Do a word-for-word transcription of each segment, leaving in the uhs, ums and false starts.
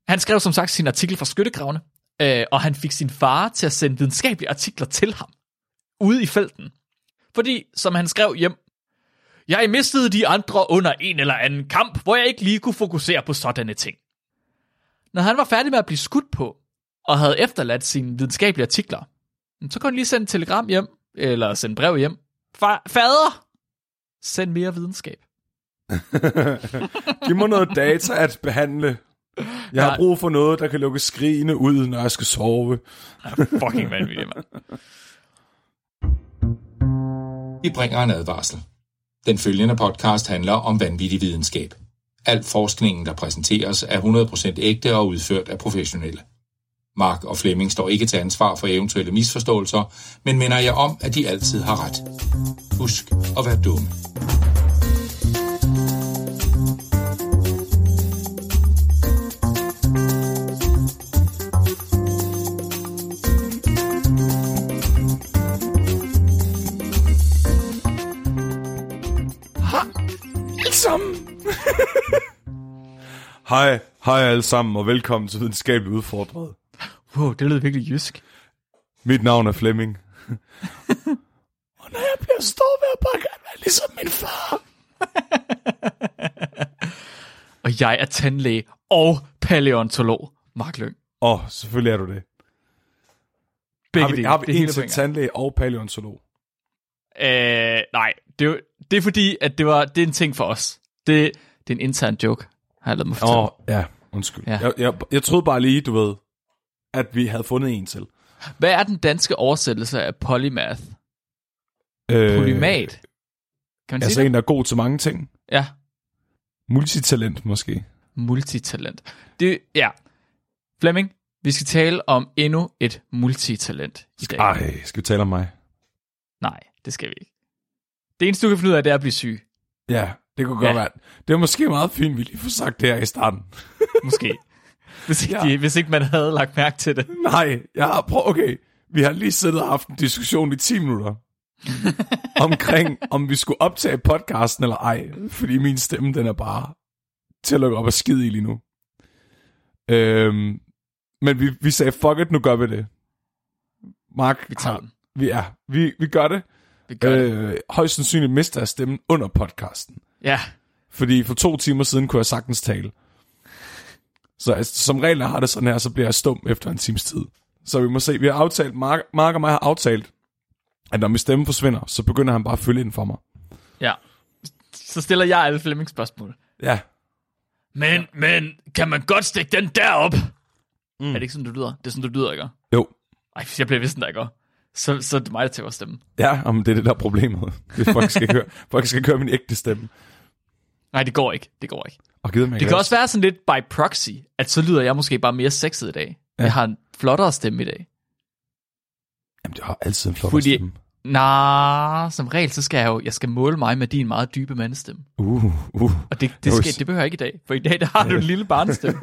Han skrev som sagt sin artikel fra skyttegravene, øh, og han fik sin far til at sende videnskabelige artikler til ham, ude i felten. Fordi, som han skrev hjem, jeg mistede de andre under en eller anden kamp, hvor jeg ikke lige kunne fokusere på sådanne ting. Når han var færdig med at blive skudt på, og havde efterladt sine videnskabelige artikler, så kunne han lige sende et telegram hjem, eller sende brev hjem. Fader, send mere videnskab. Giv mig noget data at behandle. Jeg har brug for noget, der kan lukke skrigene ud, når jeg skal sove. Fucking vanvittigt, mand. Vi bringer en advarsel. Den følgende podcast handler om vanvittig videnskab. Al forskningen, der præsenteres, er hundrede procent ægte og udført af professionelle. Mark og Flemming står ikke til ansvar for eventuelle misforståelser, men minder jer om, at de altid har ret. Husk at være dumme. Hej, hej alle sammen, og velkommen til Videnskabeligt Udfordret. Wow, det lyder virkelig jysk. Mit navn er Flemming. Og når jeg bliver stor, vil jeg bare gerne være ligesom min far. Og jeg er tandlæge og paleontolog, Mark Lyng. Åh, oh, selvfølgelig er du det. Begge har vi, dele, har vi det en til tandlæge og paleontolog? Øh, nej, det er, det er fordi, at det, var, det er en ting for os. Det, det er en intern joke, har jeg lavet mig fortælle. Åh, oh, ja, undskyld. Ja. Jeg, jeg, jeg troede bare lige, du ved, at vi havde fundet en til. Hvad er den danske oversættelse af polymath? Øh, Polymat? Kan man altså sige det? en, der er god til mange ting. Ja. Multitalent, måske. Multitalent. Det, ja. Flemming, vi skal tale om endnu et multitalent i dag. Ej, skal vi tale om mig? Nej, det skal vi ikke. Det eneste, du kan finde ud af, det er at blive syg. Ja, det kunne godt Ja. være. Det er måske meget fint, vi lige får sagt det her i starten. Måske. Hvis ikke, Ja. de, hvis ikke man havde lagt mærke til det. Nej, jeg har prøvet, okay, vi har lige siddet og haft en diskussion i ti minutter. omkring, om vi skulle optage podcasten eller ej. Fordi min stemme, den er bare til at lukke op og skide i lige nu. Øhm, men vi, vi sagde, fuck it, nu gør vi det. Mark, Vi tager den. vi, ja, vi, vi gør det. Vi gør det. Øh, højst sandsynligt mister jeg stemmen under podcasten. Ja. Fordi for to timer siden kunne jeg sagtens tale. Så altså, som regel har det sådan her, så bliver jeg stum efter en times tid. Så vi må se, vi har aftalt, Mark, Mark og mig har aftalt, at når min stemme forsvinder, så begynder han bare at følge ind for mig. Ja. Så stiller jeg alle Flemmings spørgsmål. Ja. Men, men, kan man godt stikke den derop? Mm. Er det ikke sådan, du lyder? Det er sådan, du lyder, ikke? Jo. Ej, jeg bliver vist, der ikke? Så, så er det mig, der tager stemme. Ja, men det er det der er problemet. Hvis folk skal høre, folk skal høre min ægte stemme. Nej, det går ikke. Det går ikke. Og gider mig Det kan også være sådan lidt by proxy, at så lyder jeg måske bare mere sexet i dag. Ja. Jeg har en flottere stemme i dag. Jamen, det har altid en flot Fordi, stemme. nej, som regel, så skal jeg jo, jeg skal måle mig med din meget dybe mandestemme. Uh, uh. Og det, det, skal, det behøver jeg ikke i dag, for i dag, der har du en lille barnestemme.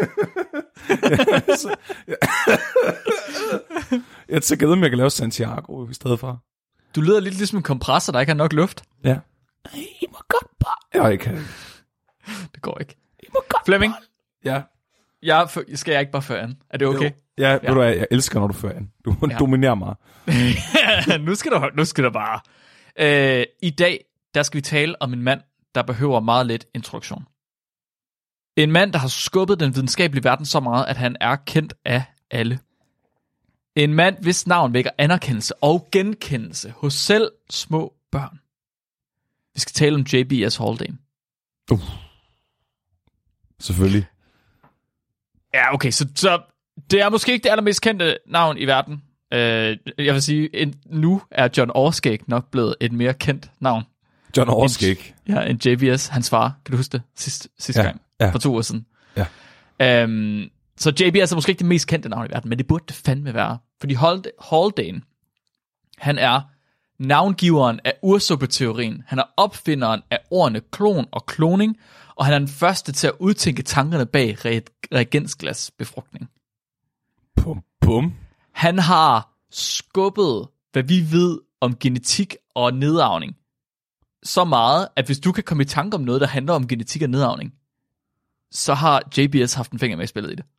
Jeg tænker, om jeg kan lave Santiago i stedet for. Du lyder lidt ligesom en kompressor, der ikke har nok luft. Ja. I må godt bare. Jeg kan. Det går ikke. I må godt Flemming, Ja. jeg, skal jeg ikke bare føre an? Er det okay? Jo. Ja, ja. Ved du hvad, jeg elsker, når du fører an. Du ja. dominerer mig. nu, skal du, nu skal du bare. Øh, I dag, der skal vi tale om en mand, der behøver meget lidt introduktion. En mand, der har skubbet den videnskabelige verden så meget, at han er kendt af alle. En mand, hvis navn vækker anerkendelse og genkendelse hos selv små børn. Vi skal tale om J B S Haldane. Uh. Selvfølgelig. Ja, okay, så, så det er måske ikke det allermest kendte navn i verden. Uh, jeg vil sige, en, nu er John Orskæg nok blevet et mere kendt navn. John Orskæg? Ja, en J B S, hans far. Kan du huske det? Sidste, sidste ja, gang, ja. for to år siden. Ja. Um, så J B S er måske ikke det mest kendte navn i verden, men det burde det fandme være. Fordi Haldane, han er navngiveren af ursuppeteorien. Han er opfinderen af ordene klon og kloning, og han er den første til at udtænke tankerne bag re- reagensglasbefrugtning. Bum, bum. Han har skubbet, hvad vi ved om genetik og nedarvning, så meget, at hvis du kan komme i tanke om noget, der handler om genetik og nedarvning, så har J B S haft en finger med i spillet i det.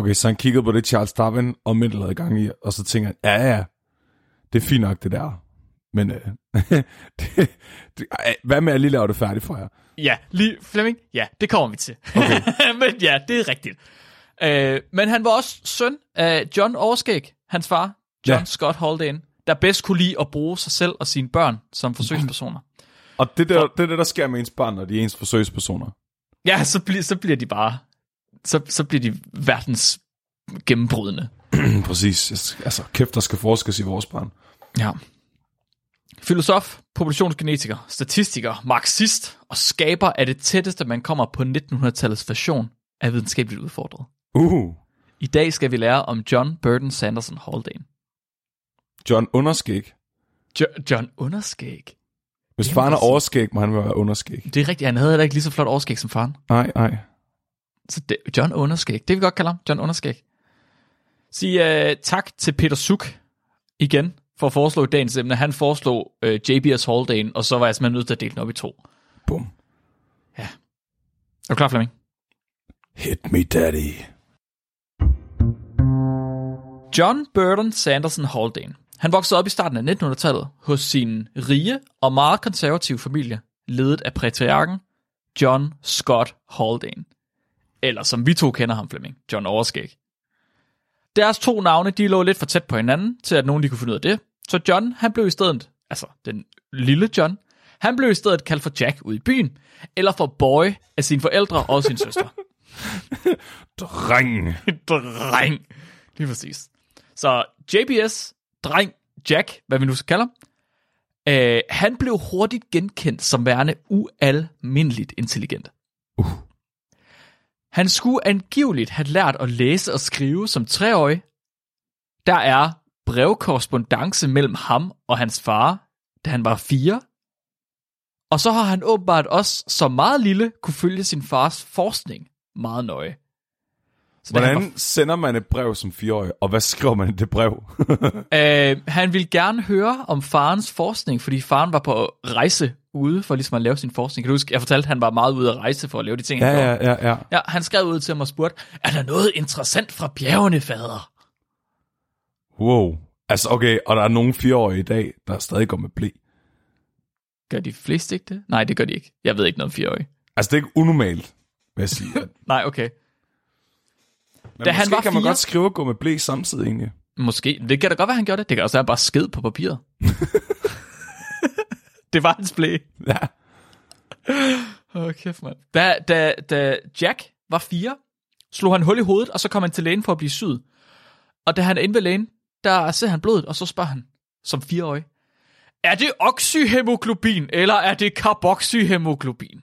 Okay, så han kiggede på det, Charles Darwin og Mendel havde gang i, og så tænker han, ja, ja, det er fint nok, det der. Men øh, det, det, hvad med at lige lave det færdigt for jer? Ja, lige Flemming. Ja, det kommer vi til. Okay. Men ja, det er rigtigt. Øh, men han var også søn af John Overskæg, hans far, John Ja. Scott Haldane, der bedst kunne lide at bruge sig selv og sine børn som forsøgspersoner. Og det, der, det er det, der sker med ens børn, når de er ens forsøgspersoner. Ja, så, bli, så bliver de bare... Så, så bliver de verdens gennembrydende. Præcis. Altså, kæft, der skal forskes i vores børn. Ja. Filosof, populationsgenetiker, statistiker, marxist og skaber af det tætteste, man kommer på nittenhundredetallets version af videnskabeligt udfordret. Uh. I dag skal vi lære om John Burton Sanderson Haldane. John Underskæg. Jo- John Underskæg. Hvis Jamen, faren er det er overskæg, må han være underskæg. Det er rigtigt, han havde heller ikke lige så flot overskæg som faren. Nej, nej. Så det, John Underskæg, det vi godt kalder ham, John Underskæg. Sig uh, tak til Peter Suk igen for at foreslå dagens emne. Han foreslog uh, J B S Haldane, og så var jeg simpelthen nødt til at dele den op i to. Bum. Ja. Er du klar, Flemming? Hit me, daddy. John Burton Sanderson Haldane. Han voksede op i starten af nittenhundredetallet hos sin rige og meget konservative familie, ledet af patriarken John Scott Haldane. Eller som vi to kender ham, Flemming, John Overskæg. Deres to navne, de lå lidt for tæt på hinanden, til at nogen de kunne finde ud af det. Så John, han blev i stedet, altså den lille John, han blev i stedet kaldt for Jack ude i byen, eller for Boy af sine forældre og sin søster. Dreng. Dreng. Lige præcis. Så J B S, dreng, Jack, hvad vi nu skal kalde ham, øh, han blev hurtigt genkendt som værende ualmindeligt intelligent. Uh. Han skulle angiveligt have lært at læse og skrive som treårig. Der er brevkorrespondance mellem ham og hans far, da han var fire. Og så har han åbenbart også som meget lille kunne følge sin fars forskning meget nøje. Så Hvordan han, var, sender man et brev som fireårig, og hvad skriver man i det brev? øh, han ville gerne høre om farens forskning, fordi faren var på rejse ude for ligesom at lave sin forskning. Kan du huske, jeg fortalte, at han var meget ude at rejse for at lave de ting, ja, han ja, gjorde. ja, ja. Ja, han skrev ud til mig og spurgte, er der noget interessant fra bjergene, fader? Wow. Altså, okay, og der er nogle fireårige i dag, der stadig går med ble. Gør de fleste ikke det? Nej, det gør de ikke. Jeg ved ikke noget om fireårige. Altså, det er ikke unormalt, vil jeg sige. Nej, okay. Men Da måske han var kan man fire- godt skrive og gå med ble samtidig, egentlig. Måske. Det kan da godt være, han gjorde det. Det kan også være bare sked på papiret. Det var hans blæ. Ja. Åh, oh, kæft, mand. Da, da, da Jack var fire, slog han hul i hovedet, og så kom han til lægen for at blive syet. Og da han er inde ved lægen, der ser han blodet, og så spørger han, som fireårig, er det oxyhemoglobin, eller er det carboxyhemoglobin?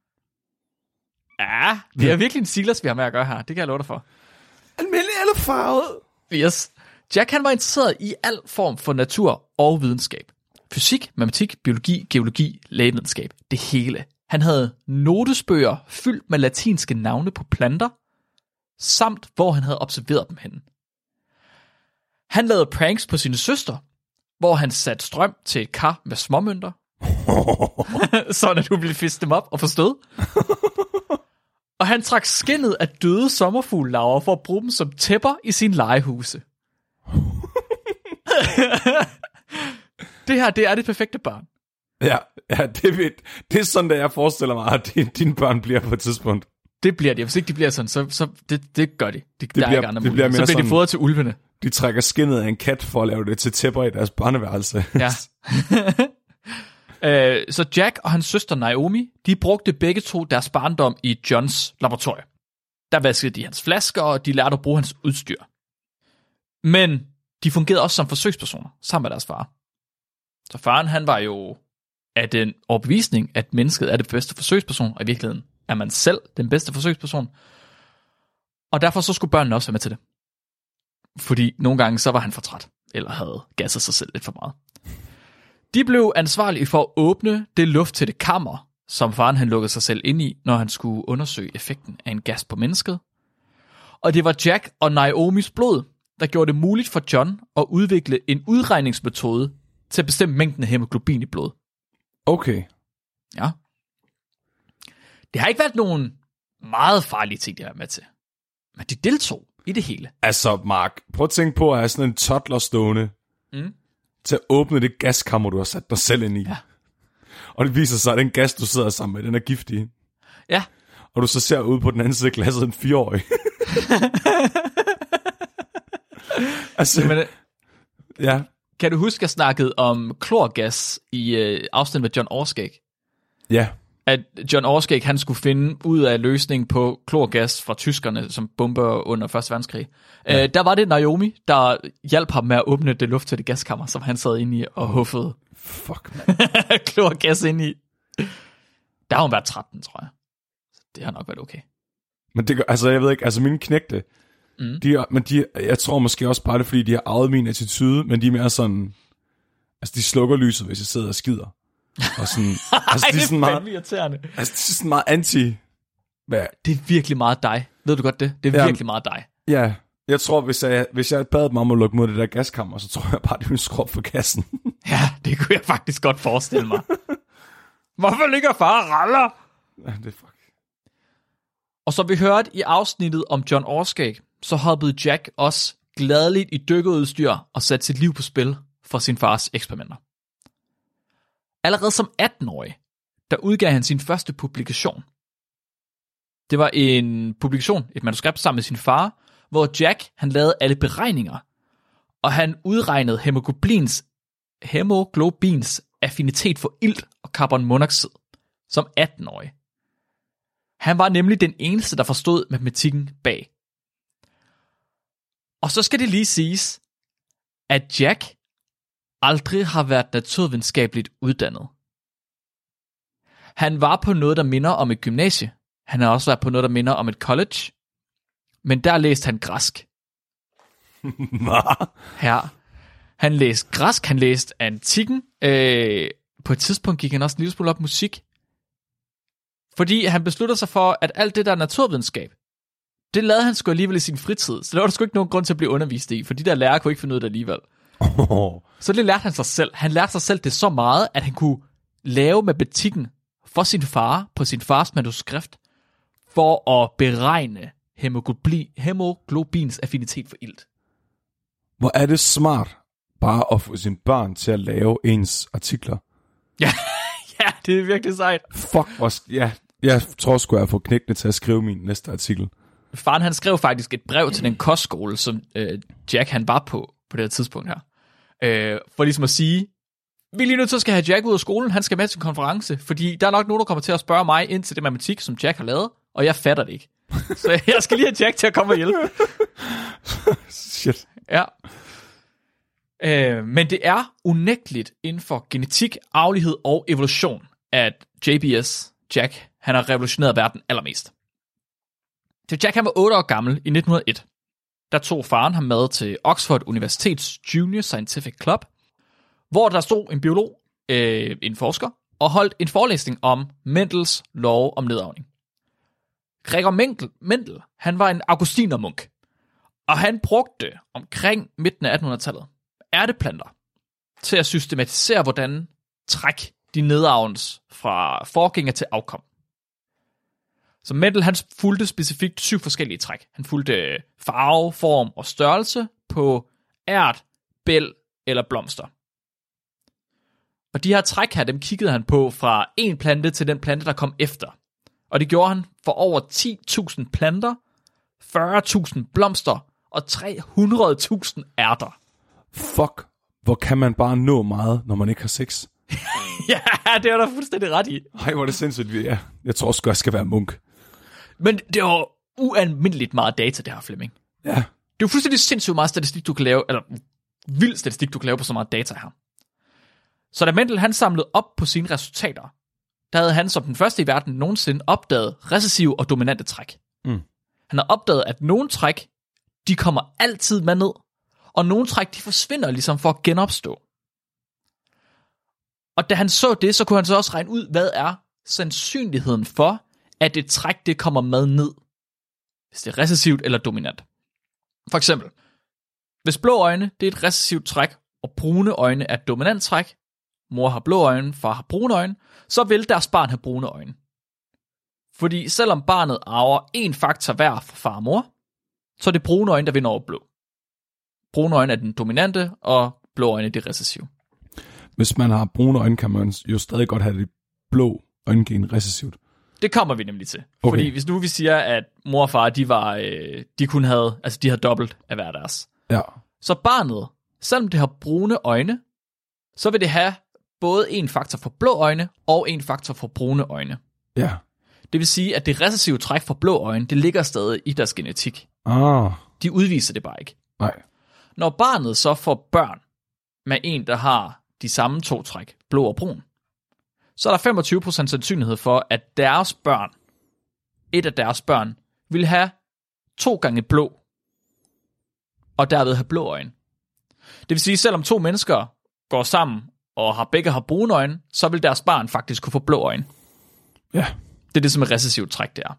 Ja, det er virkelig en Silas, vi har med at gøre her. Det kan jeg love dig for. Almindelig eller farvet. Yes. Jack, han var interesseret i al form for natur og videnskab. Fysik, matematik, biologi, geologi, lægevidenskab. Det hele. Han havde notesbøger fyldt med latinske navne på planter, samt hvor han havde observeret dem henne. Han lavede pranks på sine søster, hvor han satte strøm til et kar med småmønter, sådan at hun ville fiske dem op og forstød. Og han trak skindet af døde sommerfuglelarver for at bruge dem som tæpper i sine legehuse. Det her, det er det perfekte barn. Ja, ja det, er, det er sådan, at jeg forestiller mig, at dine, dine børn bliver på et tidspunkt. Det bliver de. Hvis ikke de bliver sådan, så, så det, det gør de. De det bliver- der er ikke andre det bliver muligheder. mere Så bliver de sådan- fodret til ulvene. De trækker skindet af en kat for at lave det til tæpper i deres børneværelse. Ja. øh, så Jack og hans søster Naomi, de brugte begge to deres barndom i Johns laboratorium. Der vaskede de hans flasker, og de lærte at bruge hans udstyr. Men de fungerede også som forsøgspersoner, sammen med deres far. Så faren, han var jo af den overbevisning, at mennesket er det bedste forsøgsperson, og i virkeligheden er man selv den bedste forsøgsperson. Og derfor så skulle børnene også være med til det. Fordi nogle gange så var han for træt, eller havde gasset sig selv lidt for meget. De blev ansvarlige for at åbne det lufttætte kammer, som faren han lukkede sig selv ind i, når han skulle undersøge effekten af en gas på mennesket. Og det var Jack og Naomis blod, der gjorde det muligt for John at udvikle en udregningsmetode til at bestemme mængden af hemoglobin i blod. Okay. Ja. Det har ikke været nogen meget farlige ting, de har været med til. Men de deltog i det hele. Altså, Mark, prøv at tænke på at have sådan en toddler stående mm. til at åbne det gaskammer, du har sat dig selv ind i. Ja. Og det viser sig, at den gas, du sidder sammen med, den er giftig. Ja. Og du så ser ud på den anden side af glasset en fireårig. altså, Men, ja. Kan du huske, at jeg snakkede om klorgas i øh, afsnit med John Orskæg? Ja. At John Orskæg, han skulle finde ud af løsning på klorgas fra tyskerne, som bomber under første verdenskrig. Ja. Øh, der var det Naomi, der hjalp ham med at åbne det lufttætte gaskammer, som han sad inde i og huffede Fuck, man. klorgas ind i. Der har hun været tretten, tror jeg. Så det har nok været okay. Men det gør, altså jeg ved ikke, altså mine knægte, Mm. de er, men de, jeg tror måske også bare det, fordi de har arvet min attitude, men de er mere sådan, altså de slukker lyset, hvis jeg sidder og skider. Og sådan, altså Ej, de er sådan meget, irriterende. altså de er sådan meget anti, hvad? Det er virkelig meget dig. Ved du godt det? Det er Ja. virkelig meget dig. Ja, jeg tror, hvis jeg, hvis jeg bad dem om at lukke mod det der gaskammer, så tror jeg bare, det ville skrubbe for kassen. Ja, det kunne jeg faktisk godt forestille mig. Hvorfor ligger far og raller? Ja, det er fuck. Og som vi hørte i afsnittet om John Orskæg, så hoppede Jack også gladeligt i dykkerudstyr og satte sit liv på spil for sin fars eksperimenter. Allerede som atten-årig, der udgav han sin første publikation. Det var en publikation, et manuskript sammen med sin far, hvor Jack han lavede alle beregninger, og han udregnede hemoglobins, hemoglobins affinitet for ilt og carbonmonoxid som atten-årig. Han var nemlig den eneste, der forstod matematikken bag. Og så skal det lige siges, at Jack aldrig har været naturvidenskabeligt uddannet. Han var på noget, der minder om et gymnasie. Han har også været på noget, der minder om et college. Men der læste han græsk. Hvad? Her. Han læste græsk, han læste antikken. Øh, på et tidspunkt gik han også en lille smule op musik. Fordi han besluttede sig for, at alt det der naturvidenskab, det lavede han sgu alligevel i sin fritid. Så der var der sgu ikke nogen grund til at blive undervist i, for de der lærere kunne ikke finde ud af det alligevel. Oh. Så det lærte han sig selv. Han lærte sig selv det så meget, at han kunne lave matematikken for sin far på sin fars manuskript, for at beregne hemoglobin, hemoglobins affinitet for ilt. Hvor er det smart bare at få sine børn til at lave ens artikler. Ja, ja, det er virkelig sejt. Fuck, hvor, ja, jeg tror sgu, jeg får knækkene til at skrive min næste artikel. Faren han skrev faktisk et brev til den kostskole, som øh, Jack han var på, på det her tidspunkt her. Øh, for ligesom at sige, vi er lige nødt til at skal have Jack ud af skolen, han skal med til en konference, fordi der er nok nogen, der kommer til at spørge mig ind til det matematik, som Jack har lavet, og jeg fatter det ikke. Så jeg skal lige have Jack til at komme og hjælpe. Shit. Ja. Øh, men det er unægteligt inden for genetik, arvelighed og evolution, at J B S, Jack, han har revolutioneret verden allermest. Da Jack han var otte år gammel i nitten hundrede og et, der tog faren ham med til Oxford Universitets Junior Scientific Club, hvor der stod en biolog, øh, en forsker, og holdt en forelæsning om Mendels lov om nedarvning. Gregor Mendel, Mendel, han var en augustinermunk, og han brugte omkring midten af attenhundredetallet ærteplanter til at systematisere, hvordan træk de nedarvnes fra forgænger til afkom. Så Mendel han fulgte specifikt syv forskellige træk. Han fulgte farve, form og størrelse på ært, bæl eller blomster. Og de her træk her, dem kiggede han på fra en plante til den plante, der kom efter. Og det gjorde han for over ti tusind planter, fyrre tusind blomster og tre hundrede tusind ærter. Fuck, hvor kan man bare nå meget, når man ikke har sex? Ja, det er der fuldstændig ret i. Ej, hvor er det sindssygt. Ja, jeg tror også, jeg skal være munk. Men det var ualmindeligt meget data, det her, Flemming. Ja. Det er jo fuldstændig sindssygt meget statistik, du kan lave, eller vild statistik, du kan lave på så meget data her. Så da Mendel han samlede op på sine resultater, der havde han som den første i verden nogensinde opdaget recessive og dominante træk. Mm. Han har opdaget, at nogle træk, de kommer altid med ned, og nogle træk, de forsvinder ligesom for at genopstå. Og da han så det, så kunne han så også regne ud, hvad er sandsynligheden for, at et træk, det kommer med ned, hvis det er recessivt eller dominant. For eksempel, hvis blå øjne, det er et recessivt træk, og brune øjne er et dominant træk, mor har blå øjne, far har brune øjne, så vil deres barn have brune øjne. Fordi selvom barnet arver en faktor hver fra far og mor, så er det brune øjne, der vinder over blå. Brune øjne er den dominante, og blå øjne er det recessive. Hvis man har brune øjne, kan man jo stadig godt have det blå øjengen recessivt. Det kommer vi nemlig til. Okay. Fordi hvis nu vi siger, at mor og far, de var, øh, de kun havde, altså de havde dobbelt af hver deres. Ja. Så barnet, selvom det har brune øjne, så vil det have både en faktor for blå øjne, og en faktor for brune øjne. Ja. Det vil sige, at det recessive træk for blå øjne, det ligger stadig i deres genetik. Ah. De udviser det bare ikke. Nej. Når barnet så får børn med en, der har de samme to træk, blå og brun, så er der femogtyve procent sandsynlighed for, at deres børn, et af deres børn, vil have to gange blå, og derved have blå øjne. Det vil sige, at selvom to mennesker går sammen, og har begge har brune øjne, så vil deres barn faktisk kunne få blå øjne. Ja. Det er det, som er recessivt træk, det er.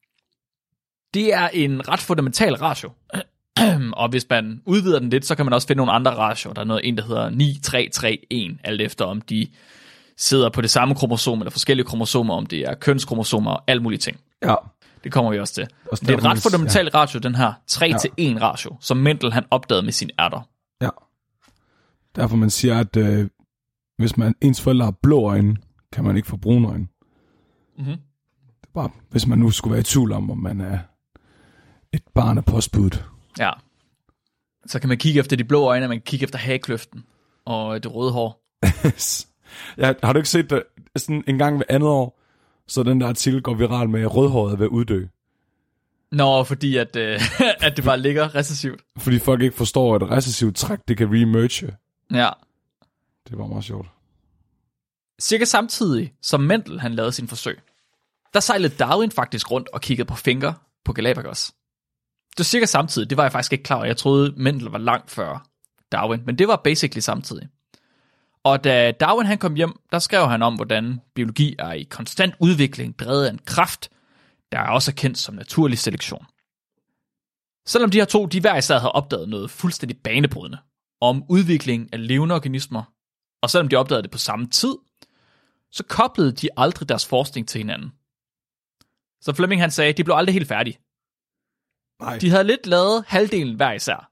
Det er en ret fundamental ratio. Og hvis man udvider den lidt, så kan man også finde nogle andre ratioer. Der er noget, en, der hedder ni tre tre en, alt efter om de sidder på det samme kromosom, eller forskellige kromosomer, om det er kønskromosomer og alle mulige ting. Ja. Det kommer vi også til. Også det er en ret fundamental ja. ratio, den her tre til en ratio, som Mendel han opdagede med sine ærter. Ja. Derfor man siger, at øh, hvis man ens forældre har blå øjne, kan man ikke få brune øjne. Mm-hmm. Det er bare, hvis man nu skulle være i tvivl om, om man er et barn af postbuddet. Ja. Så kan man kigge efter de blå øjne, man kan kigge efter hagekløften og det røde hår. Ja, har du ikke set det sådan en gang hver andet år, så den der artikel går viral med, at rødhåret er ved at uddø? Nå, fordi at, øh, at det bare ligger recessivt. Fordi folk ikke forstår, at et recessivt træk, det kan remerge. Ja. Det var meget sjovt. Cirka samtidig, som Mendel han lavede sin forsøg, der sejlede Darwin faktisk rundt og kiggede på fingre på Galapagos. Det var cirka samtidig, det var jeg faktisk ikke klar over. Jeg troede, Mendel var langt før Darwin, men det var basically samtidig. Og da Darwin han kom hjem, der skrev han om, hvordan biologi er i konstant udvikling, drevet af en kraft, der er også kendt som naturlig selektion. Selvom de her to, de hver især havde opdaget noget fuldstændig banebrydende om udvikling af levende organismer, og selvom de opdagede det på samme tid, så koblede de aldrig deres forskning til hinanden. Så Fleming han sagde, de blev aldrig helt færdige. Nej. De havde lidt lavet halvdelen hver især.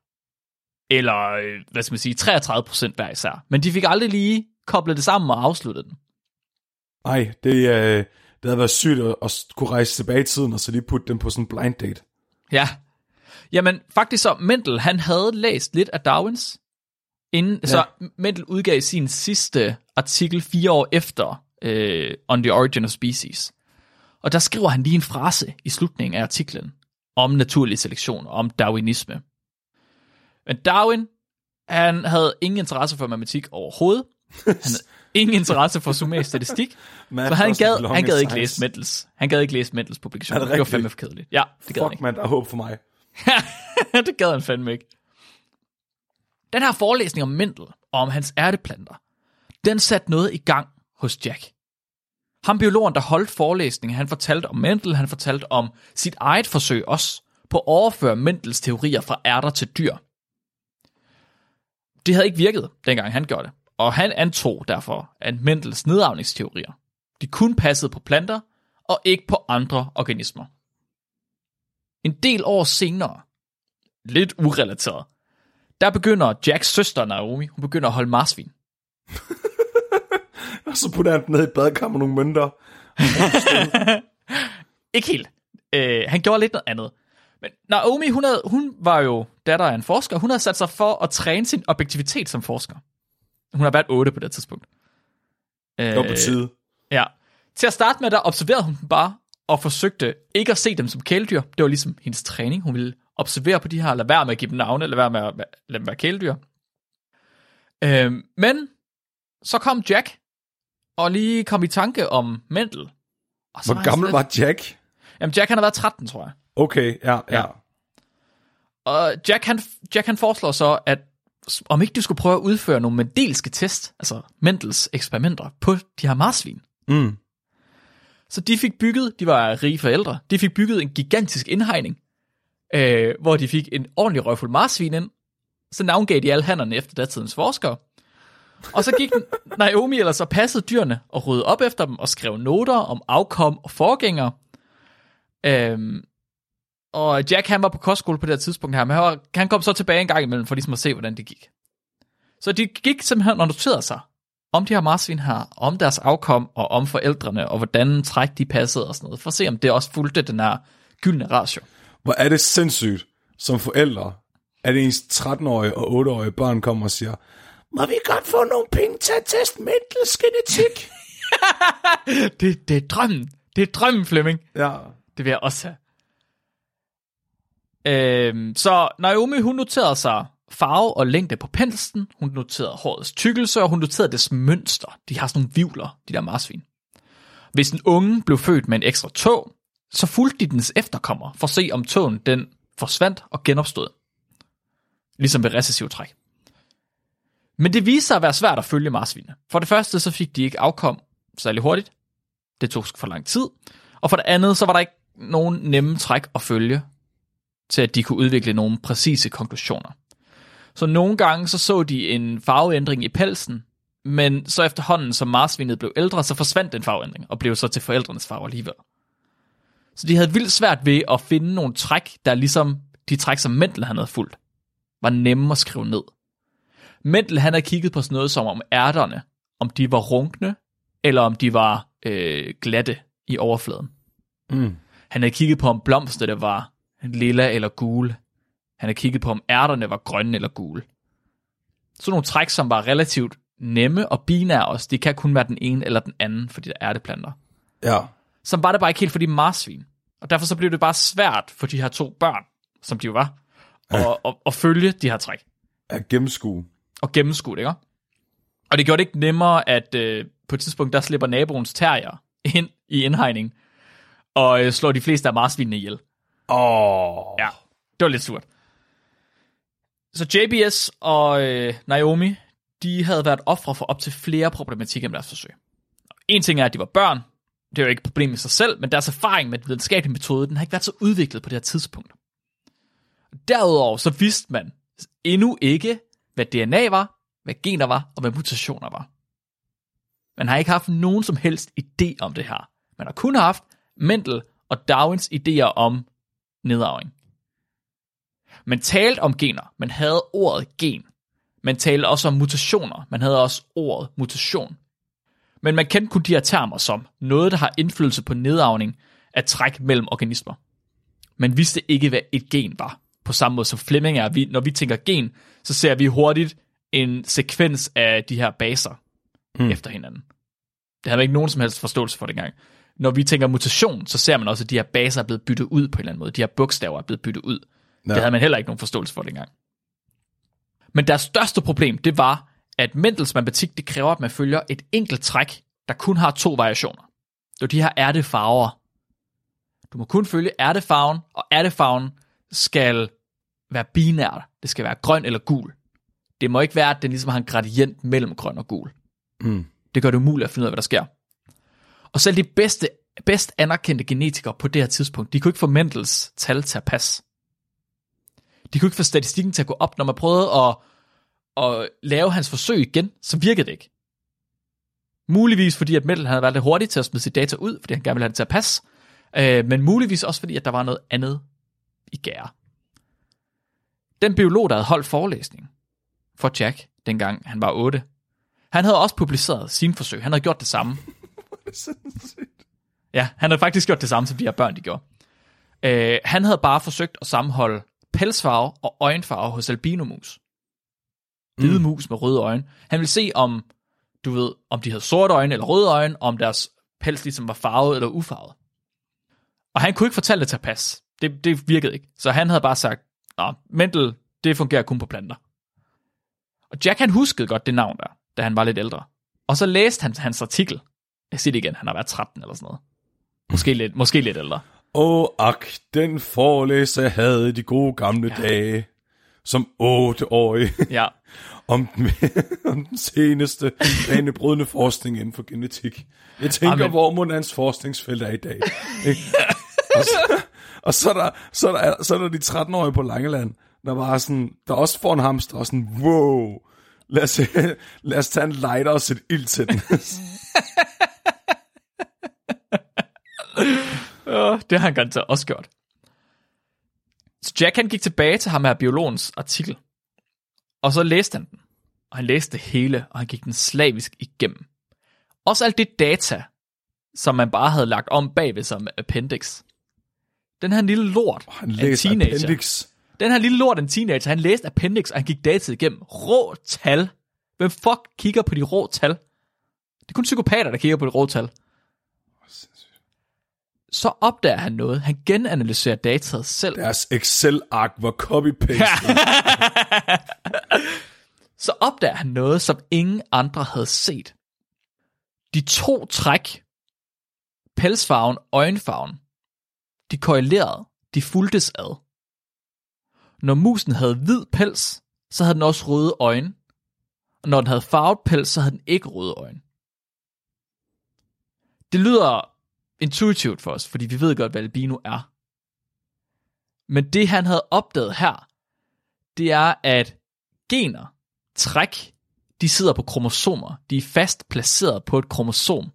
Eller, hvad skal man sige, treogtredive procent hver især. Men de fik aldrig lige koblet det sammen og afsluttet den. Nej, det, øh, det havde været sygt at, at kunne rejse tilbage i tiden, og så lige putte dem på sådan en blind date. Ja. Jamen, faktisk så, Mendel, han havde læst lidt af Darwins, inden, ja. Så Mendel udgav sin sidste artikel fire år efter øh, On the Origin of Species. Og der skriver han lige en frase i slutningen af artiklen om naturlig selektion, om darwinisme. Men Darwin, han havde ingen interesse for matematik overhovedet. Han havde ingen interesse for summarisk statistik. så han gad, han gad ikke læse Mendels. Han gad ikke læse Mendels publikationer. Det, det var fandme for kedeligt. Ja, det gad han ikke. Fuck, man, der er håb for mig. Det gad han fandme ikke. Den her forelæsning om Mendel og om hans ærteplanter, den satte noget i gang hos Jack. Ham biologen, der holdt forelæsningen, han fortalte om Mendel, han fortalte om sit eget forsøg også på at overføre Mendels teorier fra ærter til dyr. Det havde ikke virket, dengang han gjorde det, og han antog derfor, at Mendels nedarvningsteorier, de kun passede på planter og ikke på andre organismer. En del år senere, lidt urelateret, der begynder Jacks søster Naomi, hun begynder at holde marsvin. Og så putter han den ned i et badkammer nogle mønter. Ikke helt. Øh, han gjorde lidt noget andet. Men Naomi, hun, havde, hun var jo datter af en forsker. Hun havde sat sig for at træne sin objektivitet som forsker. Hun har været otte på det tidspunkt. Det var på tide. Ja. Til at starte med, der observerede hun dem bare, og forsøgte ikke at se dem som kæledyr. Det var ligesom hendes træning. Hun ville observere på de her, lade være med at give dem navne, lade være med at lade dem være kæledyr. Øh, men så kom Jack, og lige kom i tanke om Mendel. Og så Hvor gammel lidt... var Jack? Jamen, Jack han har været tretten, tror jeg. Okay, ja, ja. ja. Og Jack han, Jack han foreslår så, at om ikke du skulle prøve at udføre nogle mendelske test, altså Mendels eksperimenter, på de her marsvin. Mm. Så de fik bygget, de var rige forældre, de fik bygget en gigantisk indhegning, øh, hvor de fik en ordentlig røgfuld marsvin ind. Så navngav de alle hannerne efter datidens forskere. Og så gik Naomi ellers og passede dyrene og ryddede op efter dem og skrev noter om afkom og forgængere. Øhm, Og Jack, han var på kostskole på det her tidspunkt her, men han, var, han kom så tilbage en gang imellem, for ligesom at se, hvordan det gik. Så de gik simpelthen og noterede sig om de her marsvin her, om deres afkom, og om forældrene, og hvordan træk de passede og sådan noget, for at se, om det også fulgte den her gyldne ratio. Hvor er det sindssygt, som forældre, at ens tretten-årige og otte-årige børn kommer og siger, må vi godt få nogle penge til at teste Mendels genetik? det, det er drømmen. Det er drømmen, Flemming. Ja. Det vil jeg også have. Øhm, så Naomi, hun noterede sig farve og længde på pelsen, hun noterede hårets tykkelse, og hun noterede dets mønster. De har sådan nogle hvirvler, de der marsvin. Hvis en unge blev født med en ekstra tå, så fulgte de dens efterkommer, for at se om tåen den forsvandt og genopstod. Ligesom ved recessive træk. Men det viste sig at være svært at følge marsvinene. For det første, så fik de ikke afkom særlig hurtigt. Det tog for lang tid. Og for det andet, så var der ikke nogen nemme træk at følge, til at de kunne udvikle nogle præcise konklusioner. Så nogle gange så så de en farveændring i pelsen, men så efterhånden, som marsvinet blev ældre, så forsvandt den farveændring, og blev så til forældrenes farve alligevel. Så de havde vildt svært ved at finde nogle træk, der ligesom de træk, som Mendel han havde fulgt, var nemme at skrive ned. Mendel han havde kigget på sådan noget som om ærterne, om de var runkne, eller om de var øh, glatte i overfladen. Mm. Han havde kigget på, om blomsterne var lilla eller gule. Han havde kigget på, om ærterne var grønne eller gule. Så nogle træk, som var relativt nemme og binære også, de kan kun være den ene eller den anden for de der ærteplanter. Ja. Så var det bare ikke helt for de marsvin. Og derfor så blev det bare svært for de her to børn, som de jo var, at, at, at følge de her træk. At gennemskue. Og gennemskue det, ikke? Og det gjorde det ikke nemmere, at øh, på et tidspunkt, der slipper naboens terrier ind i indhegning, og øh, slår de fleste af marsvinene ihjel. Åh. Oh. Ja, det var lidt surt. Så J B S og øh, Naomi, de havde været ofre for op til flere problematikker med deres forsøg. En ting er, at de var børn. Det er jo ikke et problem i sig selv, men deres erfaring med den videnskabelige metode, den har ikke været så udviklet på det her tidspunkt. Derudover så vidste man endnu ikke, hvad D N A var, hvad gener var, og hvad mutationer var. Man har ikke haft nogen som helst idé om det her. Man har kun haft Mendel og Darwins idéer om nedarvning. Man talte om gener, man havde ordet gen. Man talte også om mutationer, man havde også ordet mutation. Men man kendte kun de her termer som noget, der har indflydelse på nedarvning af træk mellem organismer. Man vidste ikke, hvad et gen var. På samme måde som Flemming er, vi, når vi tænker gen, så ser vi hurtigt en sekvens af de her baser mm. efter hinanden. Det havde man ikke nogen som helst forståelse for dengang. Når vi tænker mutation, så ser man også, at de her baser er blevet byttet ud på en eller anden måde. De her bogstaver er blevet byttet ud. Ja. Det havde man heller ikke nogen forståelse for dengang. Men deres største problem, det var, at Mendels matematik, det kræver, at man følger et enkelt træk, der kun har to variationer. Det er de her ærtefarver. Du må kun følge ærtefarven, og ærtefarven skal være binær. Det skal være grøn eller gul. Det må ikke være, at den ligesom har en gradient mellem grøn og gul. Mm. Det gør det umuligt at finde ud af, hvad der sker. Og selv de bedste, bedst anerkendte genetikere på det her tidspunkt, de kunne ikke få Mendels tal til at passe. De kunne ikke få statistikken til at gå op. Når man prøvede at, at lave hans forsøg igen, så virkede det ikke. Muligvis fordi, at Mendel havde været lidt hurtigt til at smide sit data ud, fordi han gerne ville have det til at passe. Øh, men muligvis også fordi, at der var noget andet i gære. Den biolog, der havde holdt forelæsning for Jack, dengang han var otte, han havde også publiceret sine forsøg. Han havde gjort det samme. Ja, han havde faktisk gjort det samme, som de her børn, de gjorde. Øh, han havde bare forsøgt at sammenholde pelsfarve og øjenfarve hos albinomus. Hvide mm. mus med røde øjne. Han ville se, om du ved, om de havde sorte øjne eller røde øjne, om deres pels ligesom var farvet eller ufarvet. Og han kunne ikke fortælle det til at passe. Det, det virkede ikke. Så han havde bare sagt, nå, Mendel, det fungerer kun på planter. Og Jack, han huskede godt det navn der, da han var lidt ældre. Og så læste han hans artikel. Jeg siger det igen, han har været tretten eller sådan noget. Måske lidt, måske lidt ældre. Åh, ak, den forelæser jeg havde i de gode gamle ja. dage, som otteårig, ja. om, den, om den seneste banebrydende forskning inden for genetik. Jeg tænker, Amen. hvor må hans forskningsfelt er i dag. og så, og så, er der, så, er der, så er der de tretten-årige på Langeland, der bare sådan, der også får en hamster, og sådan, wow, lad os, lad os tage en lighter og sætte ild til den. Oh, det har han garanteret også gjort. Så Jack han gik tilbage til ham her biologens artikel, og så læste han den. Og han læste det hele, og han gik den slavisk igennem. Også alt det data, som man bare havde lagt om bagved som appendix. Den her lille lort, han læste en teenager. appendix. Den her lille lort, en teenager, han læste appendix, og han gik data igennem. Rå tal. Hvem fuck kigger på de rå tal? Det er kun psykopater, der kigger på de rå tal. Så opdager han noget. Han genanalyserer dataet selv. Deres Excel-ark var copy-pastet. Så opdager han noget, som ingen andre havde set. De to træk, pelsfarven og øjenfarven, de korrelerede, de fulgtes ad. Når musen havde hvid pels, så havde den også røde øjne. Og når den havde farvet pels, så havde den ikke røde øjne. Det lyder intuitivt for os, fordi vi ved godt, hvad albino er. Men det, han havde opdaget her, det er, at gener, træk, de sidder på kromosomer. De er fast placeret på et kromosom.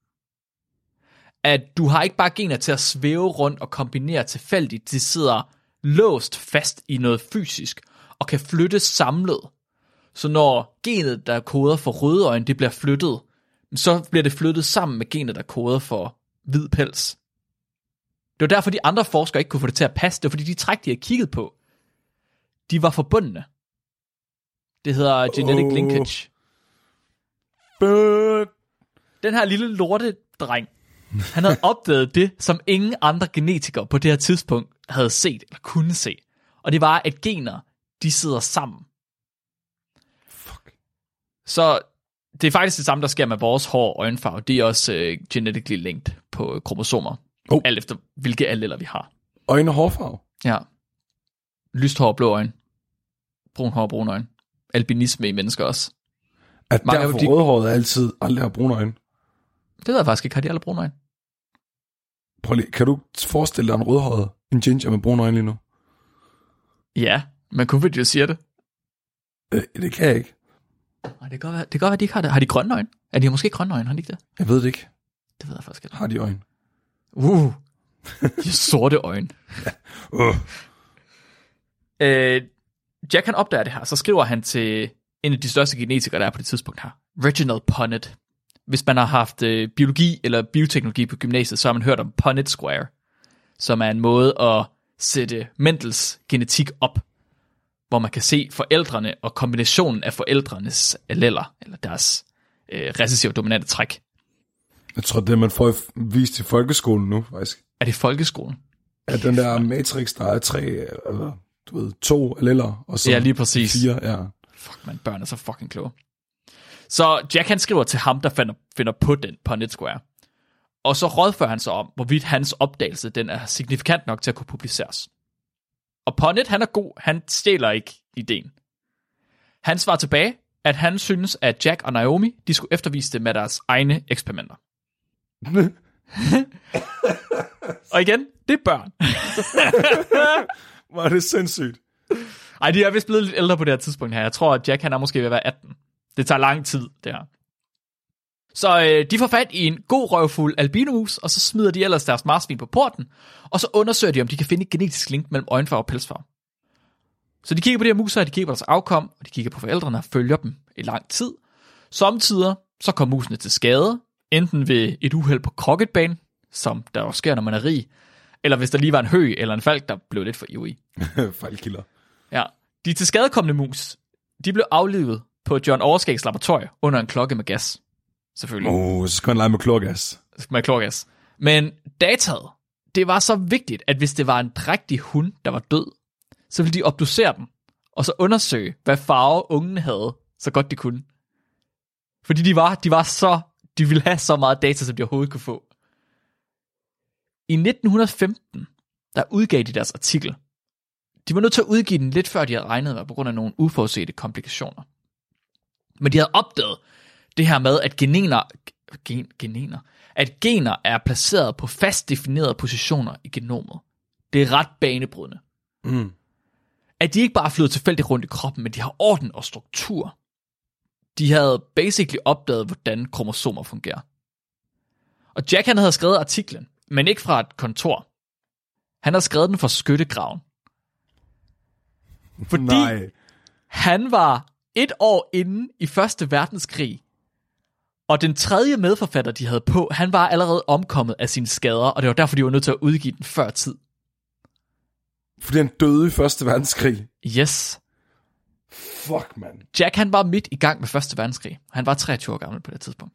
At du har ikke bare gener til at svæve rundt og kombinere tilfældigt. De sidder låst fast i noget fysisk og kan flyttes samlet. Så når genet, der koder for røde øjne, det bliver flyttet, så bliver det flyttet sammen med genet, der koder for hvid pels. Det var derfor, de andre forskere ikke kunne få det til at passe. Det var fordi, de træk, de havde kigget på, de var forbundne. Det hedder genetic oh. linkage. But... Den her lille lortedreng, han havde opdaget det, som ingen andre genetikere på det her tidspunkt havde set, eller kunne se. Og det var, at gener, de sidder sammen. Fuck. Så det er faktisk det samme, der sker med vores hår og øjenfarve. Det er også uh, genetically linked på kromosomer. Oh. Alt efter, hvilke alleler vi har. Øjne og hårfarve? Ja. Lyst hår og blå øjne. Brun hår og brune øjne. Albinisme i mennesker også. At mange derfor de... rødhåret altid aldrig har brune øjne? Det ved jeg faktisk ikke. Har de aldrig brune øjne? Prøv lige, kan du forestille dig en rødhåret, en ginger med brune øjne lige nu? Ja, men kun fordi du siger det. Øh, det kan jeg ikke. Det kan godt være, det kan godt være, de ikke har det. Har de grønne øjne? Er de måske grønne øjne? Har de ikke det? Jeg ved det ikke. Det ved jeg faktisk ikke. Har de øjne? Uh, de sorte øjne. Ja. uh. øh, Jack han opdager det her, så skriver han til en af de største genetikere, der er på det tidspunkt her. Reginald Punnett. Hvis man har haft øh, biologi eller bioteknologi på gymnasiet, så har man hørt om Punnett Square, som er en måde at sætte Mendels genetik op, hvor man kan se forældrene og kombinationen af forældrenes alleler, eller deres øh, recessive dominante træk. Jeg tror, det man får vist i folkeskolen nu, faktisk. Er det folkeskolen? Ja, den der matrix, der er tre, eller du ved, to alleler, og så ja, lige præcis. fire, ja. Fuck, man, børn er så fucking kloge. Så Jack han skriver til ham, der finder, finder på den på Punnett Square. Og så rådfører han sig om, hvorvidt hans opdagelse den er signifikant nok til at kunne publiceres. Og Punnett, han er god, han stjæler ikke ideen. Han svarer tilbage, at han synes, at Jack og Naomi, de skulle eftervise det med deres egne eksperimenter. Og igen, det er børn. Var det sindssygt. Ej, de er vist blevet lidt ældre på det her tidspunkt her. Jeg tror, at Jack han er måske ved at være atten. Det tager lang tid, det her. Så øh, de får fat i en god røvfuld albinomus, og så smider de ellers deres marsvin på porten, og så undersøger de, om de kan finde et genetisk link mellem øjenfarve og pelsfarve. Så de kigger på de her muser, de kigger på deres afkom, og de kigger på forældrene og følger dem i lang tid. Samtidig så kommer musene til skade, enten ved et uheld på krocketbanen, som der jo sker, når man er rig, eller hvis der lige var en høg eller en falk, der blev lidt for ivrig. Falkkilder. Ja, de til skadekommende mus, de blev aflivet på John Overskægs laboratorium under en klokke med gas. Selvfølgelig. Åh, oh, så skal man lege med klorgas. Med klorgas. Men dataet, det var så vigtigt, at hvis det var en drægtig hund, der var død, så ville de obducere den, og så undersøge, hvad farve ungen havde, så godt de kunne. Fordi de var, de var så, de ville have så meget data, som de overhovedet kunne få. I nitten femten, der udgav de deres artikel. De var nødt til at udgive den lidt før de havde regnet med, på grund af nogle uforudsete komplikationer. Men de havde opdaget det her med, at gener, gen, gener, at gener er placeret på fast definerede positioner i genomet. Det er ret banebrydende. Mm. At de ikke bare flyder tilfældigt rundt i kroppen, men de har orden og struktur. De havde basically opdaget, hvordan kromosomer fungerer. Og Jack han havde skrevet artiklen, men ikke fra et kontor. Han havde skrevet den fra skyttegraven. Fordi Nej. han var et år inde i Første Verdenskrig, og den tredje medforfatter, de havde på, han var allerede omkommet af sine skader, og det var derfor, de var nødt til at udgive den før tid. Fordi han døde i Første Verdenskrig. Yes. Fuck, man. Jack, han var midt i gang med Første Verdenskrig. Han var treogtyve år gammel på det tidspunkt.